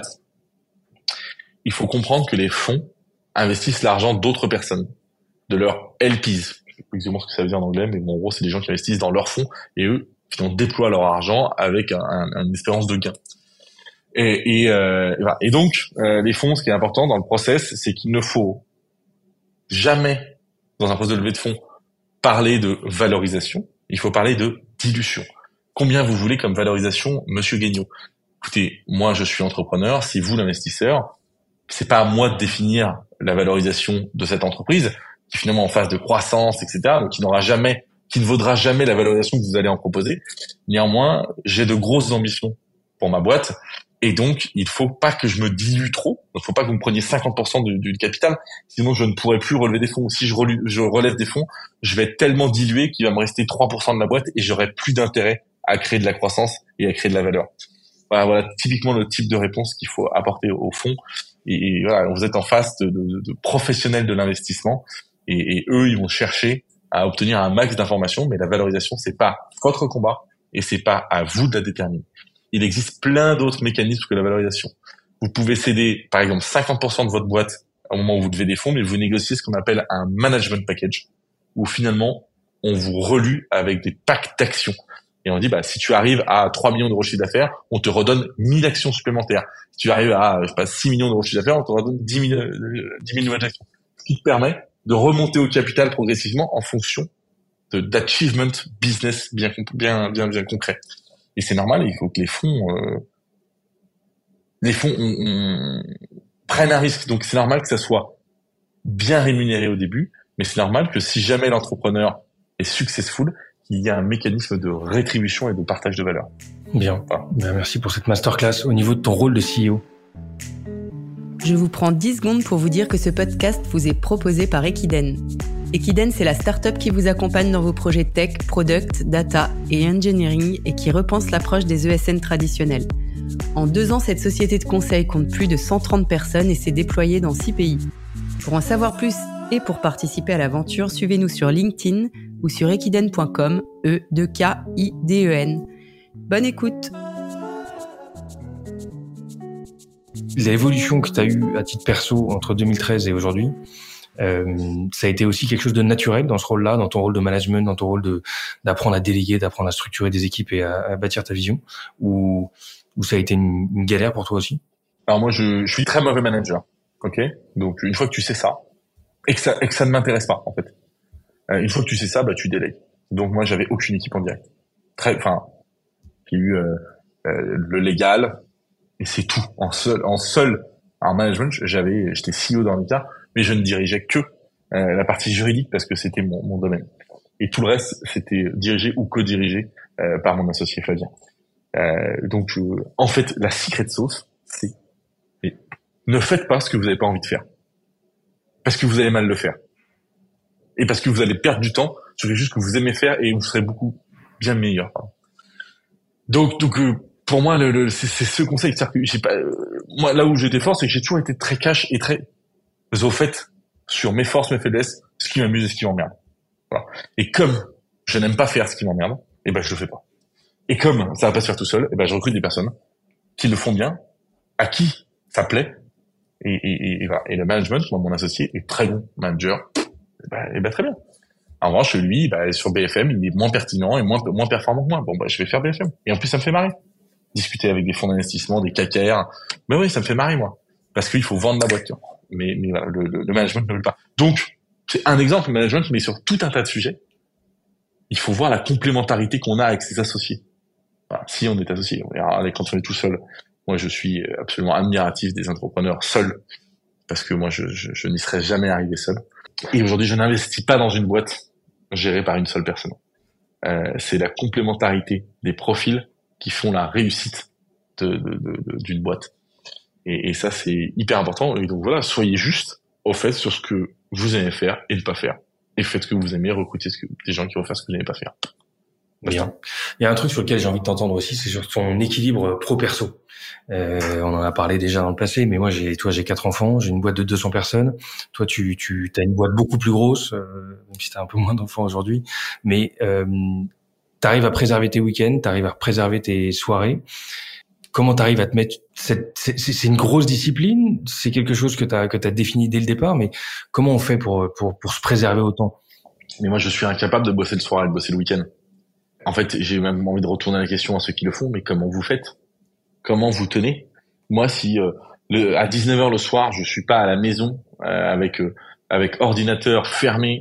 Il faut comprendre que les fonds investissent l'argent d'autres personnes, de leurs LPs. Je sais pas exactement ce que ça veut dire en anglais, mais en gros, c'est des gens qui investissent dans leurs fonds et eux, finalement, déploient leur argent avec une espérance de gain. Et donc, les fonds, ce qui est important dans le process, c'est qu'il ne faut jamais, dans un processus de levée de fonds, parler de valorisation. Il faut parler de dilution. Combien vous voulez comme valorisation, Monsieur Guignot? Écoutez, moi, je suis entrepreneur, c'est vous l'investisseur. C'est pas à moi de définir la valorisation de cette entreprise. qui est finalement en phase de croissance, etc. Donc qui ne vaudra jamais la valorisation que vous allez en proposer. Néanmoins, j'ai de grosses ambitions pour ma boîte. Et donc, il faut pas que je me dilue trop. Il faut pas que vous me preniez 50% du capital. Sinon, je ne pourrai plus relever des fonds. Si je relève des fonds, je vais être tellement dilué qu'il va me rester 3% de la boîte et j'aurai plus d'intérêt à créer de la croissance et à créer de la valeur. Voilà typiquement le type de réponse qu'il faut apporter au fonds. Et voilà, vous êtes en face de professionnels de l'investissement et eux, ils vont chercher à obtenir un max d'informations, mais la valorisation, c'est pas votre combat et c'est pas à vous de la déterminer. Il existe plein d'autres mécanismes que la valorisation. Vous pouvez céder, par exemple, 50% de votre boîte au moment où vous devez des fonds, mais vous négociez ce qu'on appelle un management package, où finalement, on vous relue avec des packs d'actions. Et on dit, si tu arrives à 3 millions d'euros de chiffre d'affaires, on te redonne 1000 actions supplémentaires. Si tu arrives à, 6 millions d'euros de chiffre d'affaires, on te redonne 10 000 nouvelles actions. Ce qui te permet de remonter au capital progressivement en fonction d'achievement business bien concret. Et c'est normal, il faut que les fonds prennent un risque. Donc c'est normal que ça soit bien rémunéré au début, mais c'est normal que si jamais l'entrepreneur est successful, il y a un mécanisme de rétribution et de partage de valeur. Bien. Voilà. Merci pour cette masterclass. Au niveau de ton rôle de CEO. Je vous prends 10 secondes pour vous dire que ce podcast vous est proposé par Equiden. Equiden, c'est la start-up qui vous accompagne dans vos projets tech, product, data et engineering et qui repense l'approche des ESN traditionnels. En 2 ans, cette société de conseil compte plus de 130 personnes et s'est déployée dans 6 pays. Pour en savoir plus et pour participer à l'aventure, suivez-nous sur LinkedIn ou sur equiden.com, E2KIDEN. Bonne écoute! L'évolution que tu as eue à titre perso entre 2013 et aujourd'hui, ça a été aussi quelque chose de naturel dans ce rôle-là, dans ton rôle de management, dans ton rôle d'apprendre à déléguer, d'apprendre à structurer des équipes et à bâtir ta vision, ou ça a été une galère pour toi aussi? Alors moi, je suis très mauvais manager, ok. Donc une fois que tu sais ça et que ça ne m'intéresse pas en fait, une fois que tu sais ça, tu délègues. Donc moi, j'avais aucune équipe en direct. J'ai eu le légal et c'est tout. En seul en management, j'étais CEO dans l'État, mais je ne dirigeais que la partie juridique parce que c'était mon domaine. Et tout le reste, c'était dirigé ou co-dirigé par mon associé Flavien. Donc, en fait, la secret sauce, c'est ne faites pas ce que vous n'avez pas envie de faire. Parce que vous allez mal le faire. Et parce que vous allez perdre du temps sur quelque chose que vous aimez faire et vous serez beaucoup bien meilleur. Donc pour moi, c'est ce conseil. C'est-à-dire que j'ai pas, moi, là où j'étais fort, c'est que j'ai toujours été très cash et très au fait sur mes forces, mes faiblesses, ce qui m'amuse et ce qui m'emmerde. Voilà. Et comme je n'aime pas faire ce qui m'emmerde, je le fais pas. Et comme ça va pas se faire tout seul, je recrute des personnes qui le font bien, à qui ça plaît, et voilà. Et le management, moi, mon associé est très bon manager, très bien. En revanche, lui, sur BFM, il est moins pertinent et moins performant que moi. Je vais faire BFM. Et en plus, ça me fait marrer. Discuter avec des fonds d'investissement, des KKR. Mais oui, ça me fait marrer, moi. Parce qu'il faut vendre la boîte. Mais voilà, le management ne veut pas. Donc, c'est un exemple, le management, mais sur tout un tas de sujets, il faut voir la complémentarité qu'on a avec ses associés. Voilà, si on est associé, quand on est tout seul, moi je suis absolument admiratif des entrepreneurs seuls, parce que moi je n'y serais jamais arrivé seul. Et aujourd'hui, je n'investis pas dans une boîte gérée par une seule personne. C'est la complémentarité des profils qui font la réussite d'une boîte. Et ça, c'est hyper important. Et donc voilà, soyez juste au fait sur ce que vous aimez faire et ne pas faire. Et faites ce que vous aimez, recrutez des gens qui vont faire ce que vous n'aimez pas faire. Bien. Il y a un truc sur lequel j'ai envie de t'entendre aussi, c'est sur ton équilibre pro-perso. On en a parlé déjà dans le passé, mais moi j'ai 4 enfants, j'ai une boîte de 200 personnes. Toi, tu as une boîte beaucoup plus grosse, même si t'as un peu moins d'enfants aujourd'hui. Mais t'arrives à préserver tes week-ends, t'arrives à préserver tes soirées. Comment t'arrives à te mettre c'est une grosse discipline, c'est quelque chose que t'as défini dès le départ, mais comment on fait pour se préserver autant? Mais moi, je suis incapable de bosser le soir et de bosser le week-end. En fait, j'ai même envie de retourner la question à ceux qui le font, mais comment vous faites? Comment vous tenez? Moi, si à 19h le soir, je suis pas à la maison avec ordinateur fermé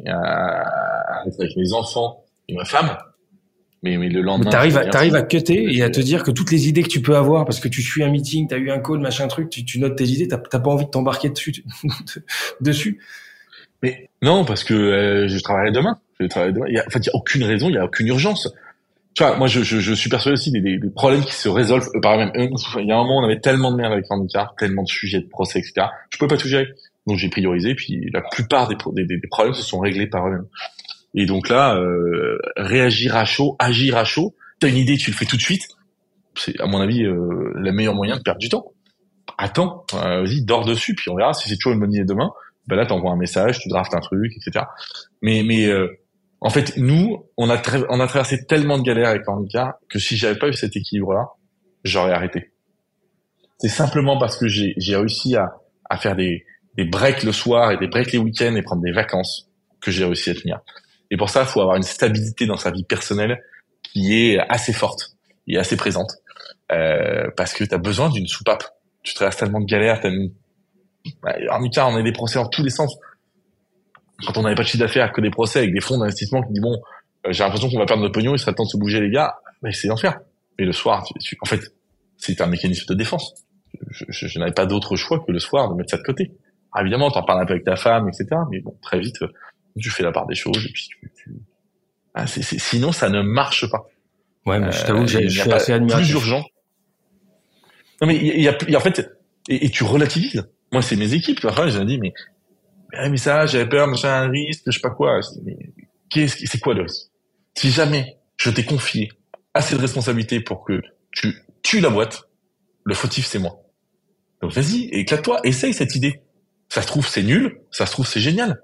avec mes enfants et ma femme, mais le lendemain, t'arrives à cutter et à te dire que toutes les idées que tu peux avoir parce que tu suis un meeting, t'as eu un call, machin truc, tu notes tes idées, t'as pas envie de t'embarquer dessus. Mais non, parce que je travaillerai demain. Je travaillerai demain. En fait, il y a aucune raison, il y a aucune urgence. Tu vois, moi, je suis persuadé aussi des problèmes qui se résolvent par eux-mêmes. Il y a un moment, on avait tellement de merde avec handicap, tellement de sujets, de procès, etc. Je pouvais pas tout gérer. Donc, j'ai priorisé, puis la plupart des problèmes se sont réglés par eux-mêmes. Et donc là, réagir à chaud, agir à chaud. T'as une idée, tu le fais tout de suite. C'est, à mon avis, le meilleur moyen de perdre du temps. Attends, vas-y, dors dessus, puis on verra si c'est toujours une bonne idée demain. Ben là, t'envoies un message, tu draftes un truc, etc. Mais en fait, nous, on a traversé tellement de galères avec le handicap que si j'avais pas eu cet équilibre-là, j'aurais arrêté. C'est simplement parce que j'ai réussi à faire des breaks le soir et des breaks les week-ends et prendre des vacances que j'ai réussi à tenir. Et pour ça, il faut avoir une stabilité dans sa vie personnelle qui est assez forte et assez présente. Parce que tu as besoin d'une soupape. Tu traverses tellement de galères, en handicap, on a des procès en tous les sens. Quand on n'avait pas de chiffre d'affaires, que des procès avec des fonds d'investissement qui disent bon, j'ai l'impression qu'on va perdre notre pognon, il serait temps de se bouger les gars, mais c'est l'enfer. Mais le soir, en fait, c'est un mécanisme de défense. Je n'avais pas d'autre choix que le soir de mettre ça de côté. Alors évidemment, t'en parles un peu avec ta femme, etc. Mais bon, très vite, tu fais la part des choses et puis sinon ça ne marche pas. Ouais, mais je t'avoue que je suis assez admiratif. Plus urgent. Non mais il y a en fait et tu relativises. Moi, c'est mes équipes. Parfois, je leur dis mais ça, j'avais peur, machin, un risque, je sais pas quoi. Mais c'est quoi le risque? Si jamais je t'ai confié assez de responsabilités pour que tu tues la boîte, le fautif c'est moi. Donc vas-y, éclate-toi, essaye cette idée. Ça se trouve c'est nul, ça se trouve c'est génial.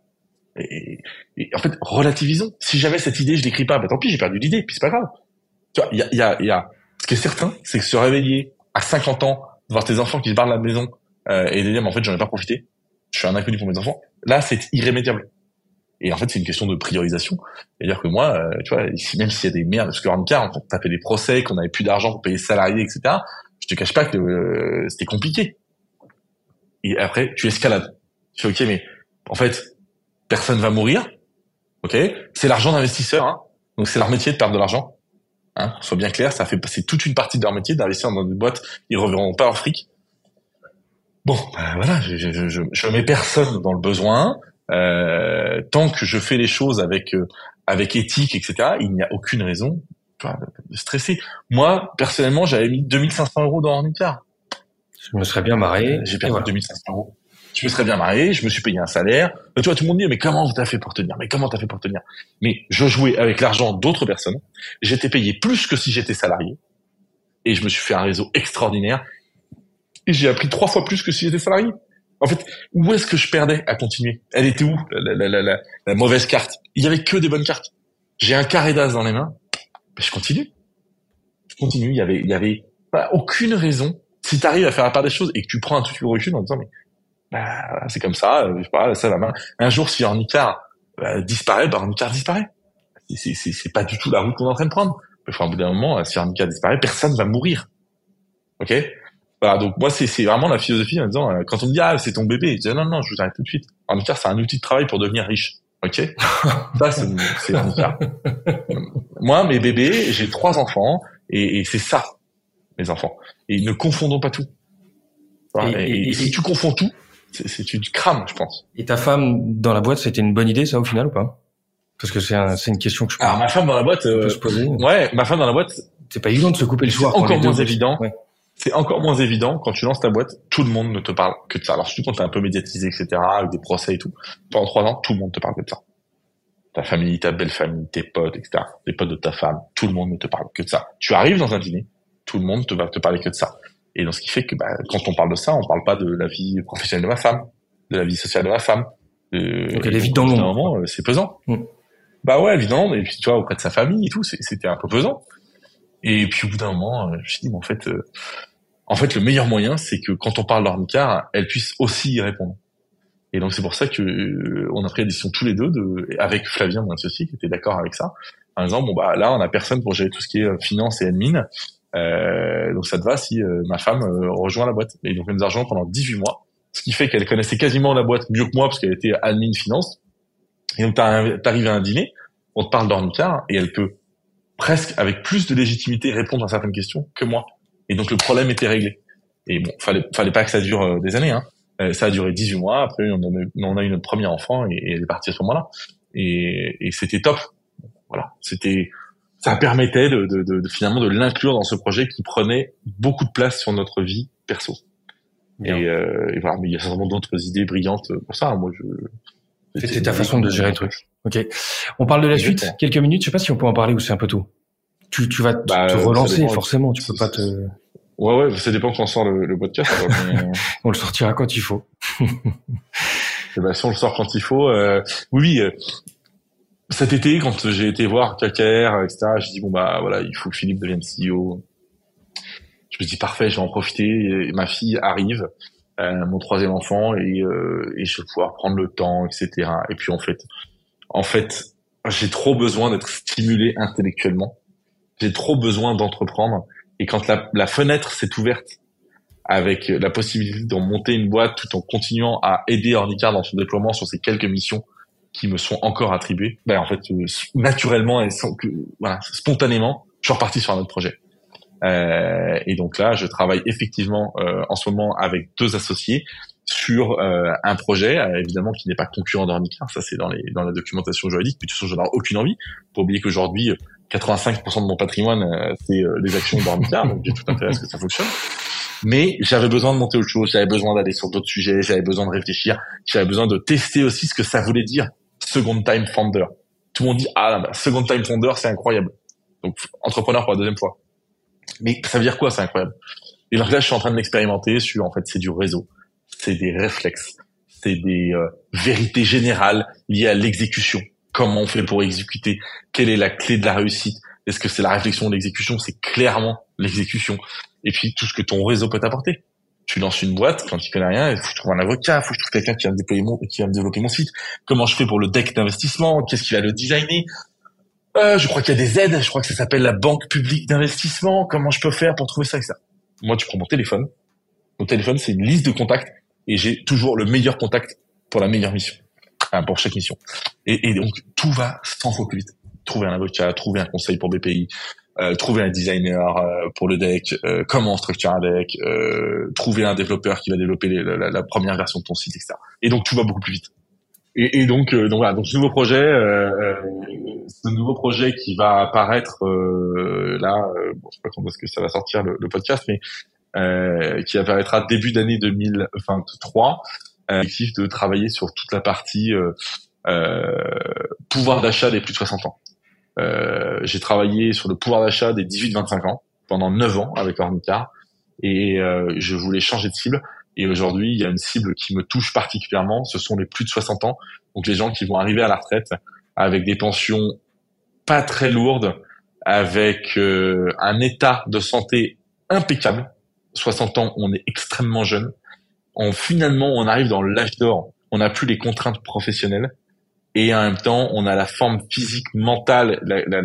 Et en fait, relativisons. Si jamais cette idée je l'écris pas, bah tant pis, j'ai perdu l'idée, puis c'est pas grave. Tu vois, il y a ce qui est certain, c'est que se réveiller à 50 ans, voir tes enfants qui se barrent de la maison et de dire mais en fait j'en ai pas profité, je suis un inconnu pour mes enfants. Là, c'est irrémédiable. Et en fait, c'est une question de priorisation. C'est-à-dire que moi, tu vois, ici, même s'il y a des merdes, parce que handicap, on tapait des procès, qu'on avait plus d'argent pour payer les salariés, etc. Je te cache pas que c'était compliqué. Et après, tu escalades. Tu fais ok, mais en fait, personne va mourir. Ok, c'est l'argent d'investisseurs, hein. Donc c'est leur métier de perdre de l'argent. Hein, soit bien clair, c'est toute une partie de leur métier d'investir dans des boîtes, ils reverront pas leur fric. Bon, voilà, je mets personne dans le besoin. Tant que je fais les choses avec éthique, etc., il n'y a aucune raison de stresser. Moi, personnellement, j'avais mis 2500 € dans handicap. Je me serais bien marré. J'ai perdu 2500 €. Je me serais bien marré, je me suis payé un salaire. Tu vois, tout le monde dit, mais comment t'as fait pour tenir? Mais comment t'as fait pour tenir? Mais je jouais avec l'argent d'autres personnes. J'étais payé plus que si j'étais salarié. Et je me suis fait un réseau extraordinaire. Et j'ai appris 3 fois plus que si j'étais salarié. En fait, où est-ce que je perdais à continuer? Elle était où, la mauvaise carte? Il y avait que des bonnes cartes. J'ai un carré d'as dans les mains. Mais je continue. Il y avait aucune raison. Si t'arrives à faire la part des choses et que tu prends un tout petit peu de recul en disant, mais, c'est comme ça, je sais pas, ça va mal. Un jour, si Ornicar disparaît, Ornicar disparaît. C'est pas du tout la route qu'on est en train de prendre. Enfin, au bout d'un moment, si Ornicar disparaît, personne va mourir. Ok? Voilà, donc moi, c'est vraiment la philosophie en disant, quand on me dit, c'est ton bébé, je dis, non, je vous arrête tout de suite. Ornicar, c'est un outil de travail pour devenir riche. Ok? Ça, c'est Ornicar. Moi, mes bébés, j'ai 3 enfants, et c'est ça, mes enfants. Et ne confondons pas tout. Et si tu confonds tout, tu crames, je pense. Et ta femme dans la boîte, c'était une bonne idée, ça, au final, ou pas? Parce que c'est une question que je peux. Alors, ma femme dans la boîte, se poser. Ouais, ma femme dans la boîte. C'est pas évident de se couper le soir. C'est encore moins évident. Ouais. C'est encore moins évident quand tu lances ta boîte, tout le monde ne te parle que de ça. Alors, surtout quand t'es un peu médiatisé, etc., avec des procès et tout. Pendant 3 ans, tout le monde te parle que de ça. Ta famille, ta belle famille, tes potes, etc., les potes de ta femme, tout le monde ne te parle que de ça. Tu arrives dans un dîner, tout le monde va te parler que de ça. Et donc, ce qui fait que, quand on parle de ça, on parle pas de la vie professionnelle de ma femme, de la vie sociale de ma femme. Donc, elle est vite dans l'ombre. C'est pesant. Bah ouais, évidemment. Et puis, tu vois, auprès de sa famille et tout, c'était un peu pesant. Et puis, au bout d'un moment, je me suis dit, mais en fait, le meilleur moyen, c'est que quand on parle d'handicap, elle puisse aussi y répondre. Et donc, c'est pour ça que on a pris la décision tous les deux avec Flavien, mon associé, qui était d'accord avec ça, en disant, là, on a personne pour gérer tout ce qui est finance et admin. Donc ça te va si ma femme rejoint la boîte. Et donc elle nous a rejoint pendant 18 mois, ce qui fait qu'elle connaissait quasiment la boîte mieux que moi parce qu'elle était admin finance. Et donc t'arrives à un dîner, on te parle d'handicap et elle peut presque avec plus de légitimité répondre à certaines questions que moi. Et donc le problème était réglé. Et bon, fallait pas que ça dure des années, hein. Ça a duré 18 mois. Après, on a eu notre premier enfant et elle est partie à ce moment-là. Et c'était top. Voilà. Ça permettait de finalement de l'inclure dans ce projet qui prenait beaucoup de place sur notre vie perso. Et voilà. Mais il y a certainement d'autres idées brillantes pour ça. Moi, c'était ta façon de gérer le truc. Ok. On parle de la suite. Quelques minutes. Je sais pas si on peut en parler ou c'est un peu tôt. Tu vas te relancer forcément. Tu peux pas te. Ouais, ça dépend quand on sort le podcast. Mais... on le sortira quand il faut. Si on le sort quand il faut, oui. Cet été, quand j'ai été voir KKR, etc., j'ai dit voilà, il faut que Philippe devienne CEO. Je me dis parfait, je vais en profiter. Et ma fille arrive, mon troisième enfant, et je vais pouvoir prendre le temps, etc. Et puis en fait, j'ai trop besoin d'être stimulé intellectuellement. J'ai trop besoin d'entreprendre. Et quand la fenêtre s'est ouverte avec la possibilité de monter une boîte tout en continuant à aider Ornicar dans son déploiement sur ces quelques missions qui me sont encore attribuées, en fait, naturellement et spontanément, je suis reparti sur un autre projet. Et donc là, je travaille effectivement en ce moment avec 2 associés sur un projet, évidemment qui n'est pas concurrent d'Ornicar, ça c'est dans la documentation juridique, mais de toute façon, je n'en ai aucune envie. Faut oublier qu'aujourd'hui, 85% de mon patrimoine, c'est les actions d'Ornicar, donc j'ai tout intérêt à ce que ça fonctionne. Mais j'avais besoin de monter autre chose, j'avais besoin d'aller sur d'autres sujets, j'avais besoin de réfléchir, j'avais besoin de tester aussi ce que ça voulait dire, second time founder. Tout le monde dit, second time founder, c'est incroyable. Donc, entrepreneur pour la 2e fois. Mais ça veut dire quoi, c'est incroyable? Et donc là, je suis en train de m'expérimenter sur, en fait, c'est du réseau, c'est des réflexes, c'est des vérités générales liées à l'exécution. Comment on fait pour exécuter? Quelle est la clé de la réussite? Est-ce que c'est la réflexion de l'exécution? C'est clairement l'exécution. Et puis, tout ce que ton réseau peut t'apporter. Tu lances une boîte, quand tu connais rien, il faut que je trouve un avocat, il faut que je trouve quelqu'un qui va me développer mon site. Comment je fais pour le deck d'investissement? Qu'est-ce qui va le designer? Je crois qu'il y a des aides, je crois que ça s'appelle la banque publique d'investissement. Comment je peux faire pour trouver ça, etc. Moi, tu prends mon téléphone. Mon téléphone, c'est une liste de contacts et j'ai toujours le meilleur contact pour la meilleure mission. Pour chaque mission. Et donc, tout va 100 fois plus vite. Trouver un avocat, trouver un conseil pour BPI, trouver un designer pour le deck, comment on structure un deck, trouver un développeur qui va développer la première version de ton site, etc. Et donc, tout va beaucoup plus vite. Et donc voilà, donc ce nouveau projet qui va apparaître là, je sais pas quand est-ce que ça va sortir le podcast, mais qui apparaîtra début d'année 2023, l'objectif de travailler sur toute la partie pouvoir d'achat des plus de 60 ans. J'ai travaillé sur le pouvoir d'achat des 18-25 ans pendant 9 ans avec Ornicar et je voulais changer de cible. Et aujourd'hui, il y a une cible qui me touche particulièrement, ce sont les plus de 60 ans, donc les gens qui vont arriver à la retraite avec des pensions pas très lourdes, avec un état de santé impeccable. 60 ans, on est extrêmement jeune. Finalement, on arrive dans l'âge d'or, on n'a plus les contraintes professionnelles et en même temps, on a la forme physique, mentale,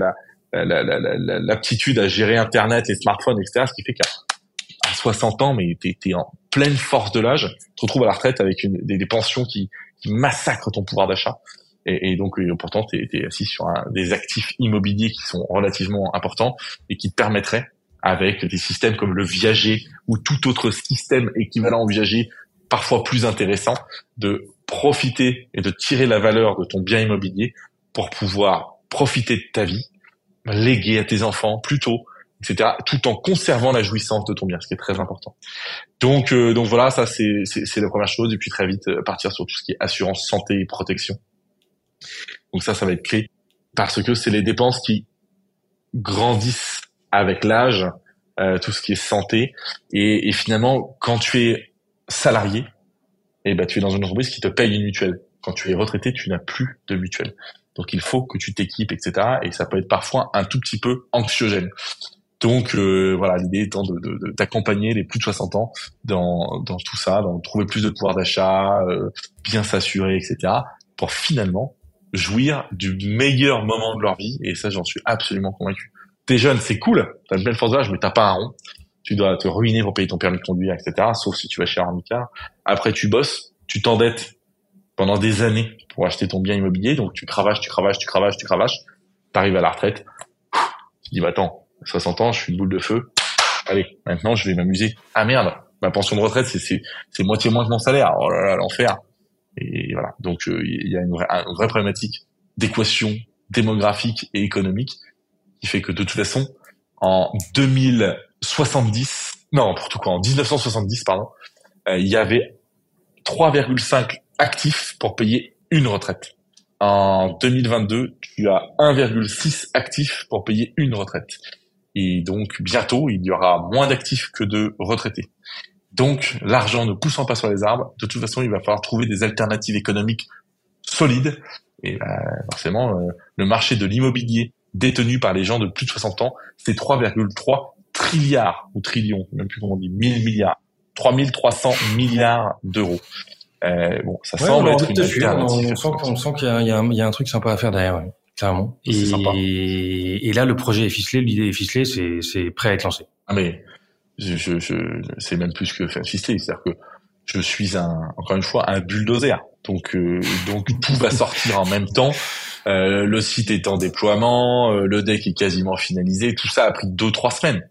l'aptitude à gérer Internet, les smartphones, etc. Ce qui fait qu'à 60 ans, mais t'es en pleine force de l'âge, tu te retrouves à la retraite avec des pensions qui massacrent ton pouvoir d'achat. Et donc, pourtant, t'es assis sur des actifs immobiliers qui sont relativement importants et qui te permettraient, avec des systèmes comme le viager ou tout autre système équivalent au viager, parfois plus intéressant, de profiter et de tirer la valeur de ton bien immobilier pour pouvoir profiter de ta vie, léguer à tes enfants plus tôt, etc., tout en conservant la jouissance de ton bien, ce qui est très important. Donc voilà, ça c'est la première chose. Et puis très vite partir sur tout ce qui est assurance santé et protection. Donc ça va être clé parce que c'est les dépenses qui grandissent avec l'âge, tout ce qui est santé. Et finalement, quand tu es salarié, tu es dans une entreprise qui te paye une mutuelle. Quand tu es retraité, tu n'as plus de mutuelle. Donc il faut que tu t'équipes, etc. Et ça peut être parfois un tout petit peu anxiogène. Donc voilà, l'idée étant d'accompagner les plus de 60 ans dans tout ça, dans trouver plus de pouvoir d'achat, bien s'assurer, etc. pour finalement jouir du meilleur moment de leur vie. Et ça, j'en suis absolument convaincu. T'es jeune, c'est cool, t'as une belle force d'âge, mais t'as pas un rond. Tu dois te ruiner pour payer ton permis de conduire, etc. Sauf si tu vas chez Ornicar. Après, tu bosses, tu t'endettes pendant des années pour acheter ton bien immobilier. Donc, tu cravaches. T'arrives à la retraite. Tu dis, attends, 60 ans, je suis une boule de feu. Allez, maintenant, je vais m'amuser. Ah merde, Ma pension de retraite, c'est moitié moins que mon salaire. Oh là là, l'enfer. Et voilà. Donc, il y a une vraie problématique d'équation démographique et économique qui fait que de toute façon, en 1970, pardon, il y avait 3,5 actifs pour payer une retraite. En 2022, tu as 1,6 actifs pour payer une retraite. Et donc, bientôt, il y aura moins d'actifs que de retraités. Donc, l'argent ne poussant pas sur les arbres, de toute façon, il va falloir trouver des alternatives économiques solides. Et forcément, le marché de l'immobilier détenu par les gens de plus de 60 ans, c'est 3,3 trilliards, ou trillions, même plus comment on dit, 1000 milliards. 3300 milliards d'euros. Bon, ça semble être une alternative. On sent qu'il y a un truc sympa à faire derrière, ouais, clairement. Et là, le projet est ficelé, l'idée est ficelée, c'est prêt à être lancé. Ah mais c'est même plus que ficelé, c'est-à-dire que je suis encore une fois un bulldozer. Donc tout va sortir en même temps. Le site est en déploiement, le deck est quasiment finalisé. Tout ça a pris 2-3 semaines.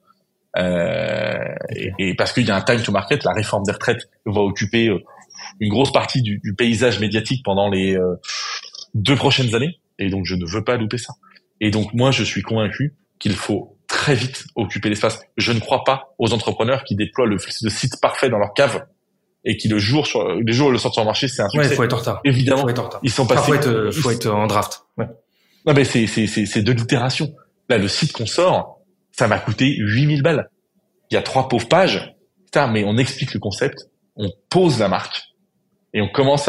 Et parce qu'il y a un time to market, la réforme des retraites va occuper une grosse partie du paysage médiatique pendant les 2 prochaines années. Et donc je ne veux pas louper ça. Et donc moi je suis convaincu qu'il faut très vite occuper l'espace. Je ne crois pas aux entrepreneurs qui déploient le site parfait dans leur cave et qui les jours où le sortent sur le marché, c'est un succès. Ouais, faut être en retard. Évidemment, ils sont passés. Faut être en draft. Ouais. Non mais c'est de l'itération. Là, le site qu'on sort, ça m'a coûté 8000 balles. Il y a 3 pauvres pages. Putain, mais on explique le concept, on pose la marque et on commence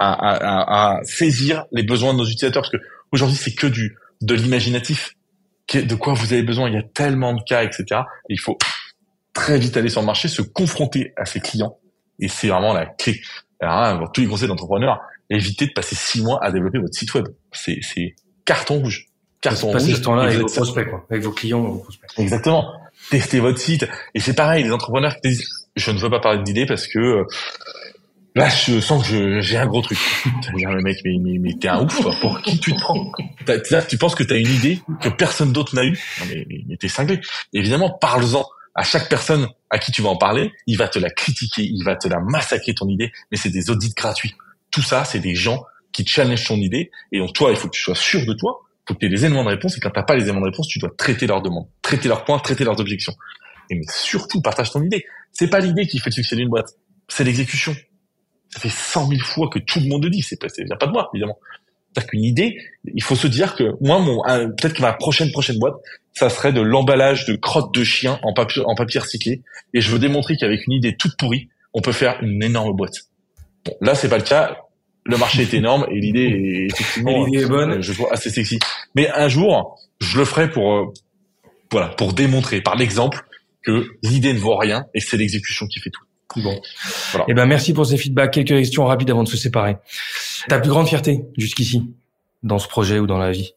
à saisir les besoins de nos utilisateurs parce que aujourd'hui c'est que de l'imaginatif. De quoi vous avez besoin? Il y a tellement de cas, etc. Et il faut très vite aller sur le marché, se confronter à ses clients. Et c'est vraiment la clé. Alors, pour tous les conseils d'entrepreneurs, évitez de passer 6 mois à développer votre site web. C'est carton rouge. Carton rouge. Passer ce temps-là avec vos prospects, quoi. Avec vos clients, vos prospects. Exactement. Testez votre site. Et c'est pareil, les entrepreneurs qui disent, je ne veux pas parler d'idées parce que, là, je sens que j'ai un gros truc. Le mec, mais t'es un ouf, toi. Pour qui tu te prends? Là, tu penses que t'as une idée que personne d'autre n'a eu? Non, mais t'es cinglé. Évidemment, parle-en à chaque personne à qui tu vas en parler. Il va te la critiquer, il va te la massacrer ton idée, mais c'est des audits gratuits. Tout ça, c'est des gens qui challengent ton idée. Et donc, toi, il faut que tu sois sûr de toi. Il faut que tu aies les éléments de réponse. Et quand t'as pas les éléments de réponse, tu dois traiter leurs demandes, traiter leurs points, traiter leurs objections. Et mais surtout, partage ton idée. C'est pas l'idée qui fait le succès d'une boîte. C'est l'exécution. Ça fait 100 000 fois que tout le monde le dit. Ça vient pas de moi, évidemment. C'est-à-dire qu'une idée, il faut se dire que moi, peut-être que ma prochaine boîte, ça serait de l'emballage de crottes de chiens en papier recyclé. Et je veux démontrer qu'avec une idée toute pourrie, on peut faire une énorme boîte. Bon, là, c'est pas le cas. Le marché est énorme et l'idée est effectivement, l'idée est bonne. Je trouve assez sexy. Mais un jour, je le ferai pour démontrer par l'exemple que l'idée ne vaut rien et c'est l'exécution qui fait tout. Bon, voilà. Eh ben, merci pour ces feedbacks. Quelques questions rapides avant de se séparer. Ta plus grande fierté jusqu'ici, dans ce projet ou dans la vie?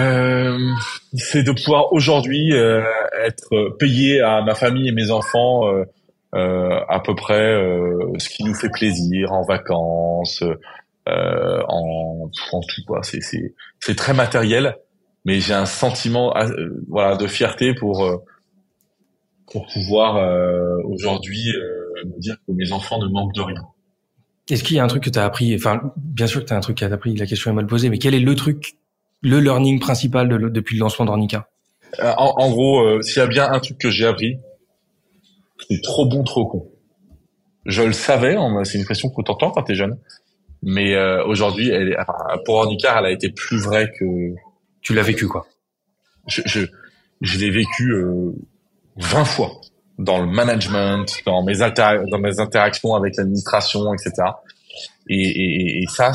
C'est de pouvoir aujourd'hui être payé à ma famille et mes enfants à peu près ce qui nous fait plaisir en vacances, en tout quoi. C'est très matériel, mais j'ai un sentiment de fierté pour pouvoir aujourd'hui me dire que mes enfants ne manquent de rien. Est-ce qu'il y a un truc que tu as appris? Enfin, bien sûr que tu as un truc que tu as appris, la question est mal posée, mais quel est le truc, le learning principal depuis le lancement d'Ornica? En gros, s'il y a bien un truc que j'ai appris, c'est trop bon, trop con. Je le savais, c'est une expression qu'on t'entend quand t'es jeune, mais aujourd'hui, pour Ornica, elle a été plus vraie que... Tu l'as vécu, quoi. Je l'ai vécu 20 fois dans le management, dans mes interactions avec l'administration, etc. Et ça,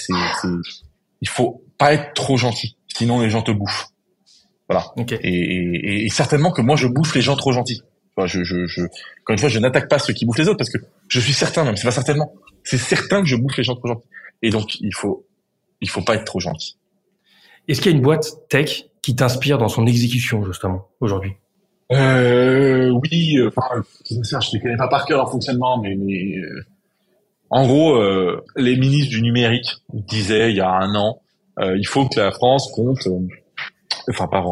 il faut pas être trop gentil, sinon les gens te bouffent. Voilà. Okay. Et certainement que moi je bouffe les gens trop gentils. Encore une fois, je n'attaque pas ceux qui bouffent les autres parce que je suis certain, même c'est pas certainement, c'est certain que je bouffe les gens trop gentils. Et donc il faut pas être trop gentil. Est-ce qu'il y a une boîte tech qui t'inspire dans son exécution justement aujourd'hui? Oui, je ne connais pas par cœur leur fonctionnement, mais en gros, les ministres du numérique disaient il y a un an, il faut que la France compte,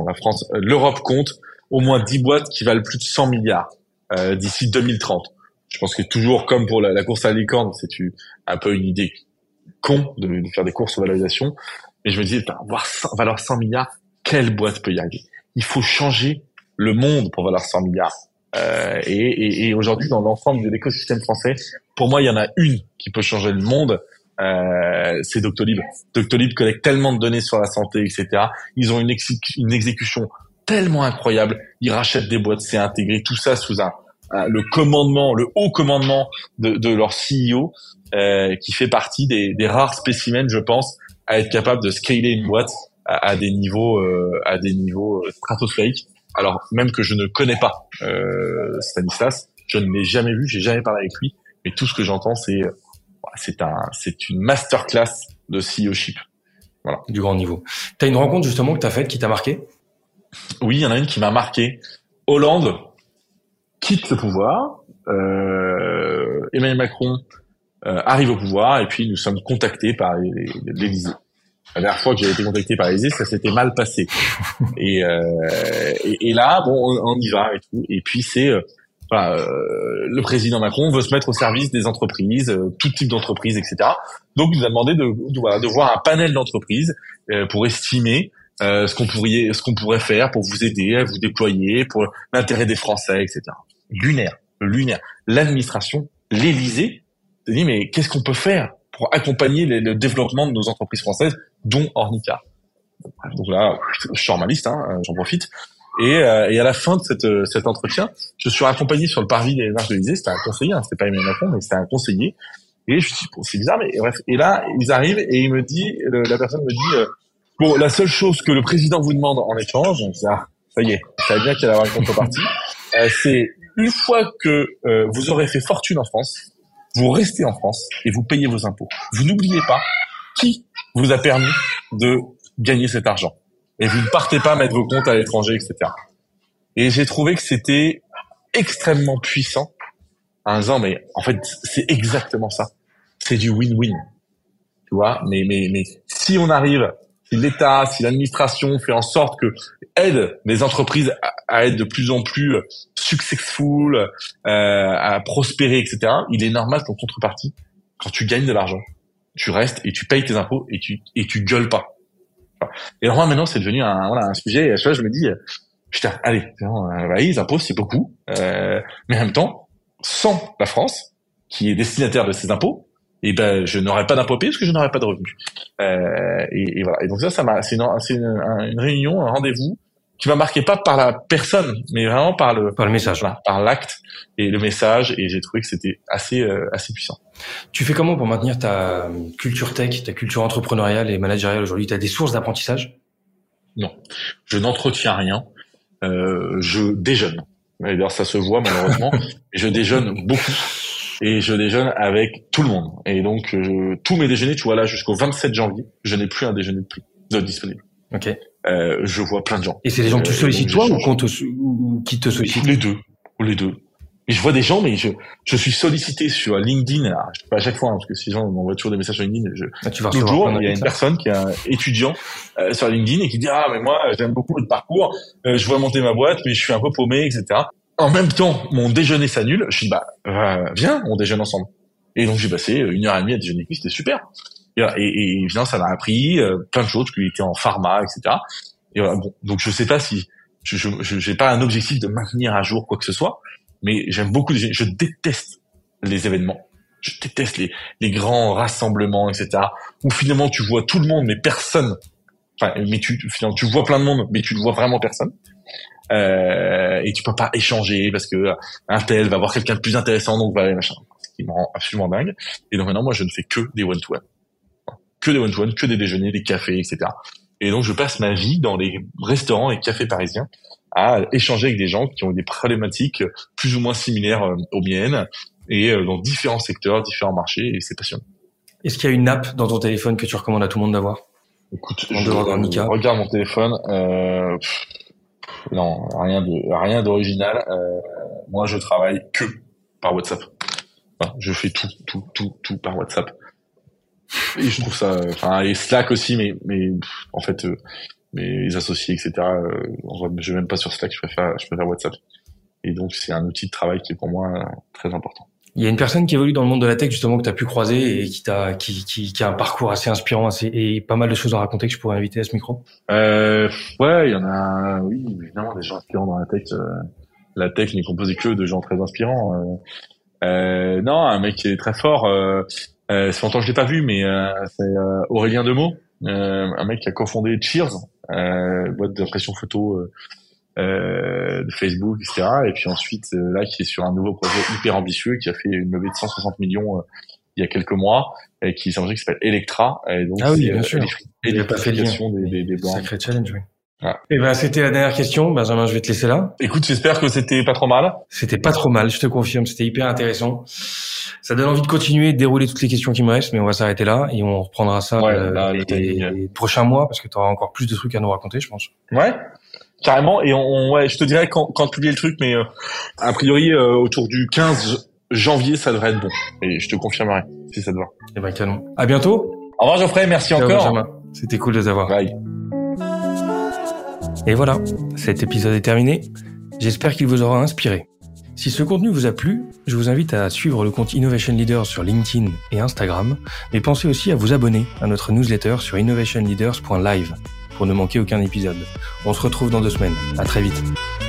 l'Europe compte au moins 10 boîtes qui valent plus de 100 milliards d'ici 2030. Je pense que toujours comme pour la course à la licorne, c'est un peu une idée con de faire des courses aux valorisations. Mais je me disais, valoir 100 milliards, quelle boîte peut y arriver? Il faut changer le monde pour valoir 100 milliards. Et aujourd'hui, dans l'ensemble de l'écosystème français, pour moi, il y en a une qui peut changer le monde. C'est Doctolib. Doctolib collecte tellement de données sur la santé, etc. Ils ont une exécution tellement incroyable. Ils rachètent des boîtes, c'est intégré, tout ça sous le haut commandement de leur CEO, qui fait partie des rares spécimens, je pense, à être capable de scaler une boîte à des niveaux stratosphériques. Alors même que je ne connais pas Stanislas, je ne l'ai jamais vu, j'ai jamais parlé avec lui, mais tout ce que j'entends, c'est une masterclass de CEO-ship. Voilà. Du grand niveau. T'as une rencontre justement que t'as faite qui t'a marqué? Oui, il y en a une qui m'a marqué. Hollande quitte le pouvoir, Emmanuel Macron arrive au pouvoir, et puis nous sommes contactés par l'Élysée. La dernière fois que j'ai été contacté par l'Élysée, ça s'était mal passé. Et là, bon, on y va et tout. Et puis le président Macron veut se mettre au service des entreprises, tout type d'entreprises, etc. Donc, il nous a demandé de voir un panel d'entreprises pour estimer ce qu'on pourrait faire pour vous aider à vous déployer pour l'intérêt des Français, etc. Lunaire. L'administration, l'Élysée, se dit mais qu'est-ce qu'on peut faire pour accompagner le développement de nos entreprises françaises, dont Ornica. Donc là, je sors ma liste, j'en profite. Et à la fin de cet entretien, je suis accompagné sur le parvis des marches de l'Élysée. C'était un conseiller, c'était pas Emmanuel Macron, mais c'était un conseiller. Et je me suis dit, bon, c'est bizarre, mais bref. Et là, ils arrivent et la personne me dit, bon, la seule chose que le président vous demande en échange, ça y est, ça va bien qu'il y a une contrepartie, c'est une fois que vous aurez fait fortune en France, vous restez en France et vous payez vos impôts. Vous n'oubliez pas qui vous a permis de gagner cet argent. Et vous ne partez pas mettre vos comptes à l'étranger, etc. Et j'ai trouvé que c'était extrêmement puissant en disant, mais en fait, c'est exactement ça. C'est du win-win. Tu vois, mais si on arrive, si l'État, si l'administration fait en sorte que aide les entreprises à être de plus en plus successful, à prospérer, etc., il est normal qu'en contrepartie, quand tu gagnes de l'argent, tu restes et tu payes tes impôts et tu gueules pas. Et alors moi, maintenant, c'est devenu un sujet. Et à chaque fois, je me dis, putain, allez, les impôts, c'est beaucoup. Mais en même temps, sans la France, qui est destinataire de ces impôts, et ben, je n'aurais pas d'impôts payés parce que je n'aurais pas de revenus. Et voilà. Et donc ça c'est une réunion, un rendez-vous qui m'a marqué pas par la personne, mais vraiment par le message, voilà, par l'acte et le message. Et j'ai trouvé que c'était assez puissant. Tu fais comment pour maintenir ta culture tech, ta culture entrepreneuriale et managériale aujourd'hui? Tu as des sources d'apprentissage? Non, je n'entretiens rien. Je déjeune. D'ailleurs, ça se voit malheureusement. Je déjeune beaucoup. Et je déjeune avec tout le monde. Et donc, tous mes déjeuners, tu vois, là, jusqu'au 27 janvier, je n'ai plus un déjeuner de plus disponible. Ok. Je vois plein de gens. Et c'est des gens que tu sollicites toi ou qui te sollicitent? Les deux. Et je vois des gens, mais je suis sollicité sur LinkedIn. Alors, je sais pas à chaque fois, parce que si les gens m'envoient toujours des messages sur LinkedIn, l'autre jour, il y a une personne qui est un étudiant sur LinkedIn et qui dit mais moi, j'aime beaucoup le parcours, je vois monter ma boîte, mais je suis un peu paumé, etc. En même temps, mon déjeuner s'annule. Je dis viens, on déjeune ensemble. Et donc j'ai passé 1h30 à déjeuner avec lui, c'était super. Et évidemment, ça m'a appris plein de choses, qu'il était en pharma, etc. Et voilà, bon, donc je sais pas si j'ai pas un objectif de maintenir à jour quoi que ce soit, mais j'aime beaucoup je déteste les événements. Je déteste les grands rassemblements, etc. où finalement tu vois tout le monde, mais personne. Enfin, mais finalement tu vois plein de monde, mais tu ne vois vraiment personne. Et tu peux pas échanger parce que un tel va voir quelqu'un de plus intéressant, donc voilà, machin. Ce qui me rend absolument dingue. Et donc maintenant, moi, je ne fais que des one-to-one. Que des déjeuners, des cafés, etc. Et donc, je passe ma vie dans les restaurants et cafés parisiens à échanger avec des gens qui ont des problématiques plus ou moins similaires aux miennes et dans différents secteurs, différents marchés, et c'est passionnant. Est-ce qu'il y a une app dans ton téléphone que tu recommandes à tout le monde d'avoir? Écoute, je regarde mon téléphone, non, rien d'original. Moi, je travaille que par WhatsApp. Enfin, je fais tout par WhatsApp. Et je trouve ça, et Slack aussi, mais en fait, mes associés, etc. Je vais même pas sur Slack, je préfère WhatsApp. Et donc, c'est un outil de travail qui est pour moi très important. Il y a une personne qui évolue dans le monde de la tech justement que tu as pu croiser et qui a un parcours assez inspirant et pas mal de choses à raconter que je pourrais inviter à ce micro. Ouais, il y en a, oui, évidemment, des gens inspirants dans la tech. La tech n'est composée que de gens très inspirants. Non, un mec qui est très fort. Ça fait longtemps que je l'ai pas vu, mais c'est Aurélien Demeaux, un mec qui a cofondé Cheers, boîte d'impression photo de Facebook, etc. Et puis ensuite, là, qui est sur un nouveau projet hyper ambitieux, qui a fait une levée de 160 millions il y a quelques mois, et qui s'appelle Electra. Et donc, oui, bien sûr. L'électrification des bornes. Sacré challenge, oui. Ah. Et ben, c'était la dernière question. Benjamin, je vais te laisser là. Écoute, j'espère que c'était pas trop mal. C'était pas trop mal, je te confirme. C'était hyper intéressant. Ça donne envie de continuer, de dérouler toutes les questions qui me restent, mais on va s'arrêter là et on reprendra ça les prochains mois parce que tu auras encore plus de trucs à nous raconter, je pense. Ouais. Carrément. Et ouais, je te dirais quand publier le truc, mais a priori autour du 15 janvier, ça devrait être bon. Et je te confirmerai si ça te va. Eh ben, canon. À bientôt. Au revoir Geoffrey, merci Ciao, encore. Benjamin. C'était cool de t'avoir. Bye. Et voilà, cet épisode est terminé. J'espère qu'il vous aura inspiré. Si ce contenu vous a plu, je vous invite à suivre le compte Innovation Leaders sur LinkedIn et Instagram, mais pensez aussi à vous abonner à notre newsletter sur innovationleaders.live pour ne manquer aucun épisode. On se retrouve dans 2 semaines. À très vite.